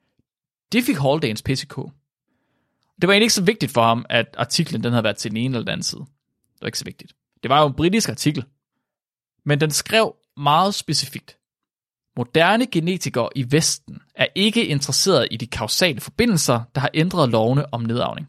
Det fik Haldanes P C K. Det var egentlig ikke så vigtigt for ham, at artiklen den havde været til den ene eller den anden side. Det var ikke så vigtigt. Det var jo en britisk artikel. Men den skrev meget specifikt. Moderne genetikere i Vesten er ikke interesseret i de kausale forbindelser, der har ændret lovene om nedarvning.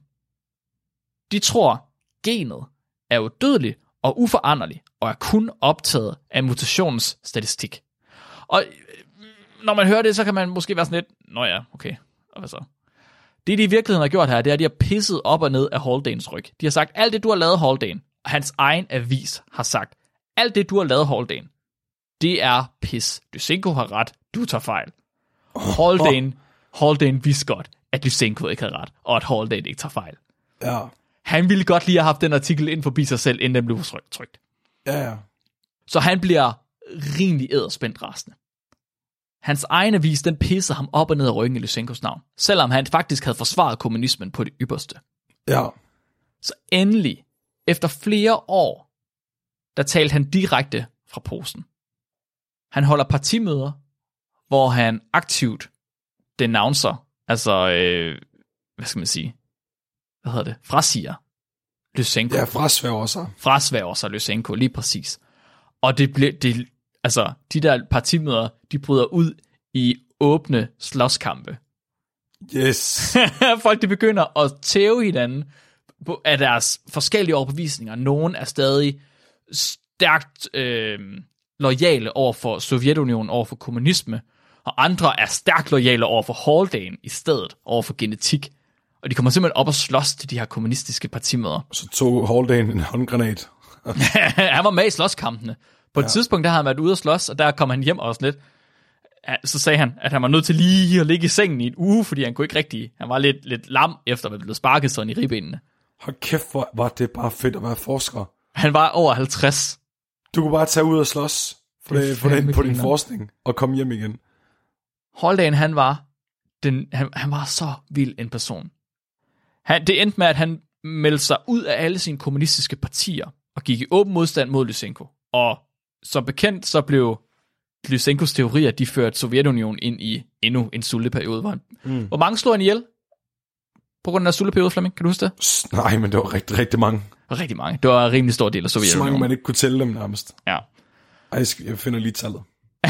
De tror, genet er udødeligt og uforanderligt, og er kun optaget af mutationens statistik. Og når man hører det, så kan man måske være sådan lidt, nå ja, okay, og hvad så? Det, de i virkeligheden har gjort her, det er, at de har pisset op og ned af Haldanes ryg. De har sagt, alt det, du har lavet, Haldane, og hans egen avis har sagt, alt det, du har lavet, Haldane, det er pis. Lysenko har ret, du tager fejl. Haldane, Haldane vidste godt, at Lysenko ikke havde ret, og at Haldane ikke tager fejl. Ja. Han ville godt lige have haft den artikel ind forbi sig selv, inden den blev trykt. Ja, ja. Så han bliver rimelig æderspændt rasende. Hans egen avis, den pisser ham op og ned af ryggen i Lysenkos navn, selvom han faktisk havde forsvaret kommunismen på det ypperste. Ja. Så endelig, efter flere år, der talte han direkte fra posen. Han holder partimøder, hvor han aktivt denouncer, altså, øh, hvad skal man sige, hvad hedder det, frasiger Lysenko. Ja, frasværger sig. Frasværger sig Lysenko, lige præcis. Og det bliver, det, altså, de der partimøder, de bryder ud i åbne slåskampe. Yes. Folk, de begynder at tæve hinanden af deres forskellige overbevisninger. Nogen er stadig stærkt øh, loyale over for Sovjetunionen, over for kommunisme, og andre er stærkt loyale over for Haldane i stedet, over for genetik. Og de kommer simpelthen op og slås til de her kommunistiske partimøder. Så tog Haldane en håndgranat. Han var med i slåskampene. På et ja. tidspunkt, der havde han været ude at slås, og der kom han hjem og sådan lidt. Så sagde han, at han var nødt til lige at ligge i sengen i en uge, fordi han kunne ikke rigtig, han var lidt, lidt lam efter at være blevet sparket sådan i ribbenene. Hold kæft, hvor var det bare fedt at være forsker. Han var over halvtreds. Du kunne bare tage ud og slås for, det, for den, på din forskning og komme hjem igen. Haldane, han var, den, han, han var så vild en person. Han, det endte med, at han meldte sig ud af alle sine kommunistiske partier og gik i åben modstand mod Lysenko. Og som bekendt, så blev Lysenkos teorier, de førte Sovjetunionen ind i endnu en sulteperiode. Hvor, han, mm. hvor mange slog han ihjel på grund af sulteperiode, Flemming? Kan du huske det? Nej, men det var rigtig, rigtig mange. Rigtig mange. Det var en rimelig stor del af Sovjetunionen. Så mange, man ikke kunne tælle dem nærmest. Ja. Ej, jeg finder lige tallet.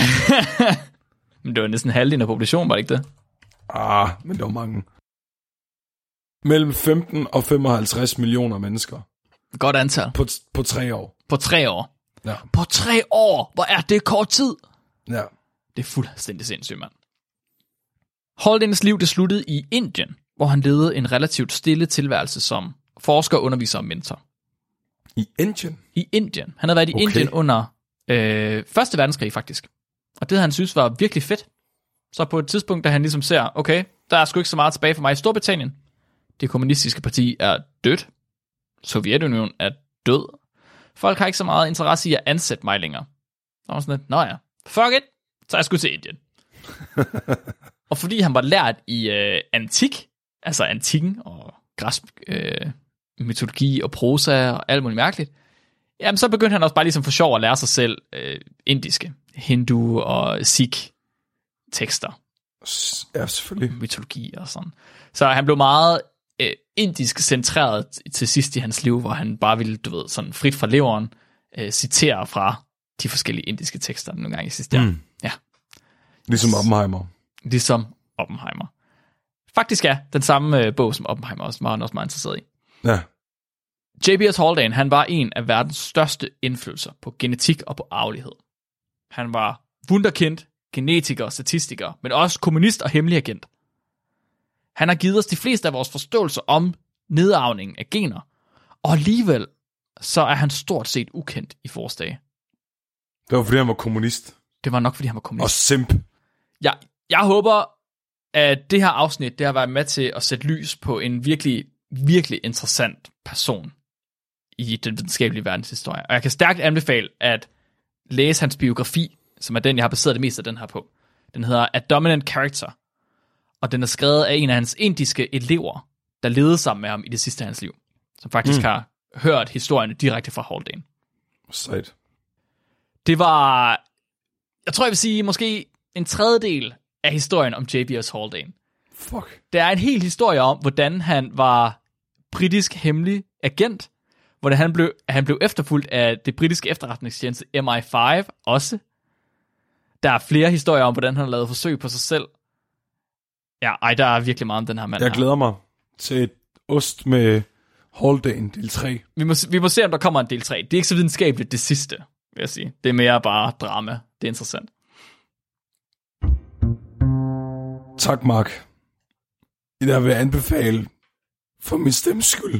Men det var næsten halvdelen af populationen, var det ikke det? Ah, men det var mange. Mellem femten og femoghalvtreds millioner mennesker. Godt antal. På, på tre år. På tre år. Ja. På tre år! Hvor er det kort tid? Ja. Det er fuldstændig sindssygt, mand. Haldanes liv det sluttede i Indien, hvor han levede en relativt stille tilværelse som forsker, underviser og mentor. I Indien? I Indien. Han havde været i okay. Indien under øh, Første Verdenskrig, faktisk. Og det, han synes var virkelig fedt. Så på et tidspunkt, da han ligesom ser, okay, der er sgu ikke så meget tilbage for mig i Storbritannien. Det kommunistiske parti er dødt. Sovjetunionen er død. Folk har ikke så meget interesse i at ansætte mig længere. Så var sådan lidt, nå ja, fuck it, så jeg skulle til Indien. Og fordi han var lært i øh, antik, altså antikken og græsk øh, mytologi og prosa og alt muligt mærkeligt, jamen så begyndte han også bare ligesom for sjov at lære sig selv øh, indiske, hindu og sikh tekster. Ja, selvfølgelig. Mytologi og sådan. Så han blev meget øh, indisk centreret til sidst i hans liv, hvor han bare ville, du ved, sådan frit fra leveren, øh, citere fra de forskellige indiske tekster nogle gange i sidste år. Mm. Ja. Ligesom Oppenheimer. Ligesom Oppenheimer. Faktisk er den samme øh, bog, som Oppenheimer også var han også meget interesseret i. Ja. J B S Haldane, han var en af verdens største indflydelser på genetik og på arvelighed. Han var wunderkind, genetiker og statistiker, men også kommunist og hemmelig agent. Han har givet os de fleste af vores forståelser om nedarvningen af gener, og alligevel så er han stort set ukendt i forslag. Det var fordi han var kommunist. Det var nok fordi han var kommunist. Og simp. Ja, jeg håber, at det her afsnit, det har været med til at sætte lys på en virkelig, virkelig interessant person i den videnskabelige verdenshistorie. Og jeg kan stærkt anbefale at læse hans biografi, som er den, jeg har baseret det meste af den her på. Den hedder A Dominant Character, og den er skrevet af en af hans indiske elever, der levede sammen med ham i det sidste af hans liv, som faktisk mm. har hørt historierne direkte fra Haldane. Sejt. Det var, jeg tror jeg vil sige, måske en tredjedel af historien om J B S Haldane. Fuck. Der er en hel historie om, hvordan han var britisk hemmelig agent, hvordan han blev, han blev efterfulgt af det britiske efterretningstjeneste M I fem også. Der er flere historier om, hvordan han har lavet forsøg på sig selv. Ja, ej, der er virkelig meget om den her mand. Jeg glæder her. mig til et ost med Haldane del tre. Vi må, vi må se, om der kommer en del tre. Det er ikke så videnskabeligt det sidste, vil jeg sige. Det er mere bare drama. Det er interessant. Tak, Mark. Jeg vil anbefale, for min stemmes skyld,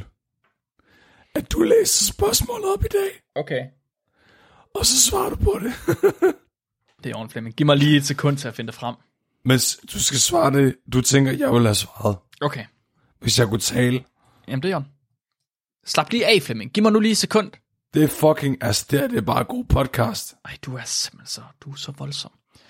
at du læser spørgsmålet op i dag. Okay. Og så svarer du på det. Det er ordentligt, Flemming. Giv mig lige et sekund til at finde det frem. Mens du skal svare det, du tænker, jeg vil have svaret. Okay. Hvis jeg kunne tale. Jamen, det er jo. Slap lige af, Flemming. Giv mig nu lige et sekund. Det er fucking, altså det er, det er bare en god podcast. Ej, du er simpelthen så, du er så voldsom.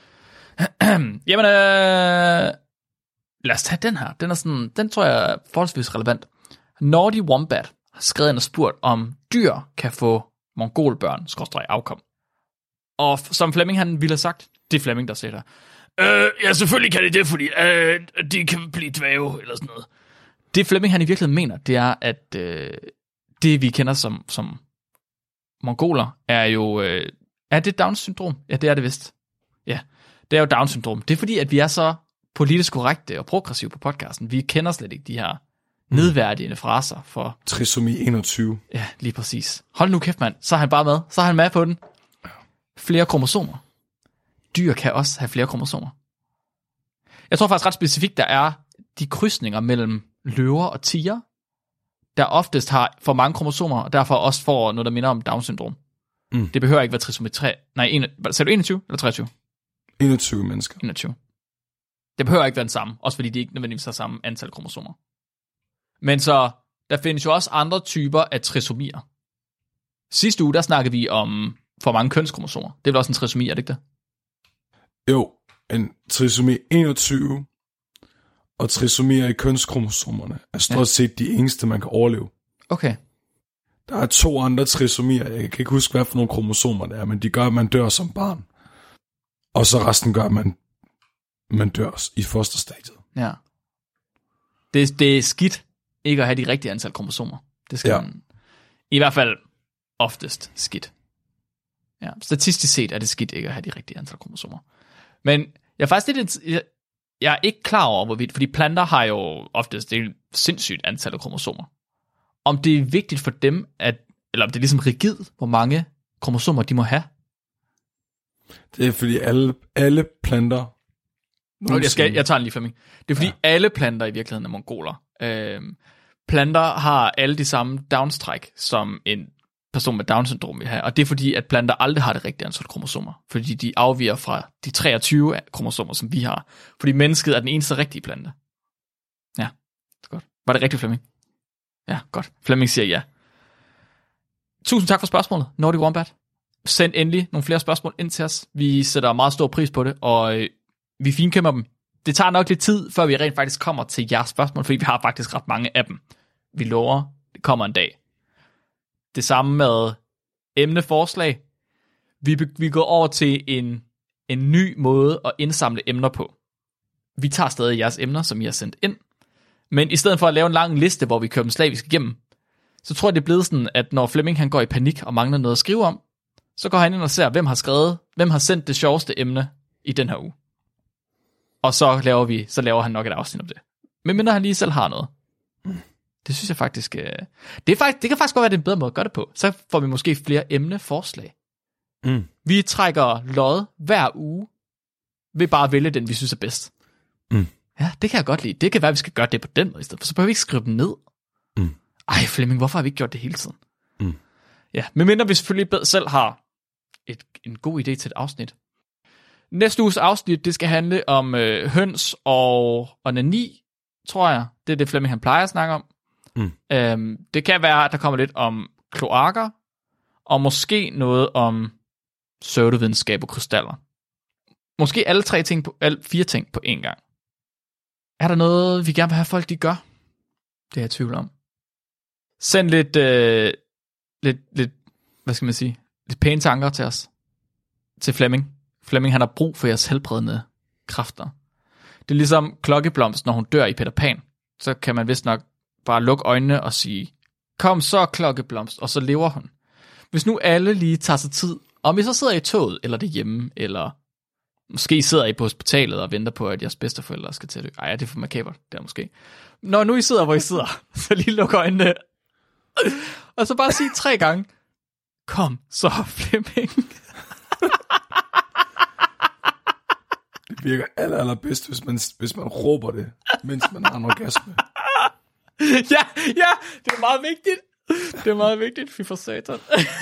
Jamen, øh, lad os tage den her. Den er sådan, den tror jeg er forholdsvis relevant. Naughty Wombat har skrevet ind og spurgt, om dyr kan få mongolbørn, skråstreg afkom. Og som Flemming han ville have sagt, det er Flemming, der siger der. Øh, ja, selvfølgelig kan det det, fordi øh, de kan blive dvæve, eller sådan noget. Det Flemming han i virkeligheden mener, det er, at øh, det vi kender som, som mongoler, er jo, øh, er det Down-syndrom? Ja, det er det vist. Ja, det er jo Down-syndrom. Det er fordi, at vi er så politisk korrekte og progressive på podcasten. Vi kender slet ikke de her nedværdigende fraser for... Trisomi enogtyve. Ja, lige præcis. Hold nu kæft, mand. Så er han bare med. Så er han med på den. Flere kromosomer. Dyr kan også have flere kromosomer. Jeg tror faktisk ret specifikt, der er de krydsninger mellem løver og tiger, der oftest har for mange kromosomer, og derfor også får noget, der minder om Down-syndrom. Mm. Det behøver ikke være trisomi tre. Nej, en, sagde du enogtyve eller treogtyve? enogtyve mennesker. enogtyve. Det behøver ikke være den samme, også fordi de ikke nødvendigvis har samme antal kromosomer. Men så, der findes jo også andre typer af trisomier. Sidste uge, der snakkede vi om for mange kønskromosomer. Det er vel også en trisomi, er det ikke det? Jo, en trisomi enogtyve og trisomier i kønskromosomerne er stort ja. set de eneste, man kan overleve. Okay. Der er to andre trisomier, jeg kan ikke huske, hvad for nogle kromosomer det er, men de gør, at man dør som barn. Og så resten gør, at man, man dør i fosterstadiet. Ja. Det, det er skidt ikke at have de rigtige antal kromosomer. Det skal ja. man, i hvert fald oftest skidt. Ja, statistisk set er det skidt ikke at have de rigtige antal kromosomer. Men jeg er faktisk lidt, jeg, jeg er ikke klar over, hvorvidt, fordi planter har jo oftest et sindssygt antal af kromosomer. Om det er vigtigt for dem, at, eller om det er ligesom rigidt, hvor mange kromosomer de må have. Det er fordi alle, alle planter... Nå, jeg, skal, jeg tager den lige for mig. Det er fordi ja. alle planter i virkeligheden er mongoler. Øhm, planter har alle de samme downstræk, som en person med Down-syndrom vil have. Og det er fordi, at planter aldrig har det rigtige antal kromosomer. Fordi de afviger fra de treogtyve kromosomer, som vi har. Fordi mennesket er den eneste rigtige plante. Ja, det er godt. Var det rigtigt, Flemming? Ja, godt. Flemming siger ja. Tusind tak for spørgsmålet, Naughty Wombat. Send endelig nogle flere spørgsmål ind til os. Vi sætter meget stor pris på det, og øh, vi finkæmmer dem. Det tager nok lidt tid, før vi rent faktisk kommer til jeres spørgsmål, fordi vi har faktisk ret mange af dem. Vi lover, det kommer en dag. Det samme med emneforslag. Vi, vi går over til en, en ny måde at indsamle emner på. Vi tager stadig jeres emner, som I har sendt ind. Men i stedet for at lave en lang liste, hvor vi kører dem slavisk igennem, så tror jeg, det er blevet sådan, at når Flemming han går i panik og mangler noget at skrive om, så går han ind og ser, hvem har skrevet, hvem har sendt det sjoveste emne i den her uge. Og så laver vi, så laver han nok et afsnit om det. Men mindre han lige selv har noget. Mm. Det synes jeg faktisk, øh, det, er faktisk, det kan faktisk godt være, det er en bedre måde at gøre det på. Så får vi måske flere emneforslag. Mm. Vi trækker lod hver uge, ved bare at vælge den, vi synes er bedst. Mm. Ja, det kan jeg godt lide. Det kan være, at vi skal gøre det på den måde i stedet, for så behøver vi ikke skrive dem ned. Mm. Ej, Flemming, hvorfor har vi ikke gjort det hele tiden? Mm. Ja, medmindre vi selvfølgelig selv har et, en god idé til et afsnit. Næste uges afsnit, det skal handle om øh, høns og onani, tror jeg. Det er det, Flemming han plejer at snakke om. Mm. Øhm, det kan være, at der kommer lidt om kloakker, og måske noget om pseudovidenskab og krystaller. Måske alle tre ting på, alle fire ting på én gang. Er der noget, vi gerne vil have folk, de gør? Det er jeg i tvivl om. Send lidt, øh, lidt, lidt, hvad skal man sige, lidt pæne tanker til os. Til Flemming. Flemming, han har brug for jeres helbredende kræfter. Det er ligesom Klokkeblomst, når hun dør i Peter Pan. Så kan man vist nok bare lukke øjnene og sige, kom så Klokkeblomst, og så lever hun. Hvis nu alle lige tager sig tid, om I så sidder i toget, eller derhjemme, eller måske sidder I på hospitalet og venter på, at jeres bedsteforældre skal til at dø. Ej, ja, det er for makabert, der måske. Når nu I sidder, hvor I sidder, så lige luk øjnene. Og så bare sige tre gange, kom så Flemming. Det virker aller, allerbedst, hvis man, hvis man råber det, mens man har en orgasme. Ja, ja, det er meget vigtigt. Det er meget vigtigt, fy for satan.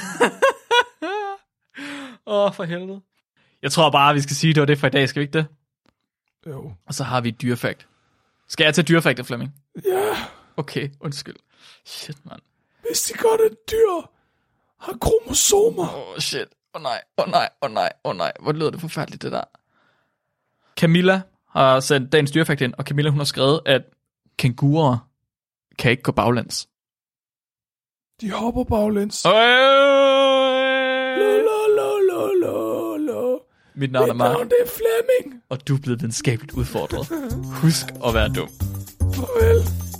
Åh, oh, for helvede. Jeg tror bare, vi skal sige, det var det for i dag, skal vi ikke det? Jo. Og så har vi et dyrefakt. Skal jeg tage dyrefakter, Flemming? Ja. Okay, undskyld. Shit, mand. Vidste I godt, at dyr har kromosomer? Åh, oh, shit. Åh oh, nej, åh oh, nej, åh oh, nej, åh oh, nej. Hvor lyder det forfærdeligt, det der. Camilla har sendt dagens dyrefakt ind, og Camilla, hun har skrevet, at kænguruer kan ikke gå baglæns. De hopper baglæns. Øh! Lo, lo, lo, lo, lo. Mit navn er Mark. Mit navn er Flemming. Og du er blevet videnskabeligt udfordret. Husk at være dum. Farvel.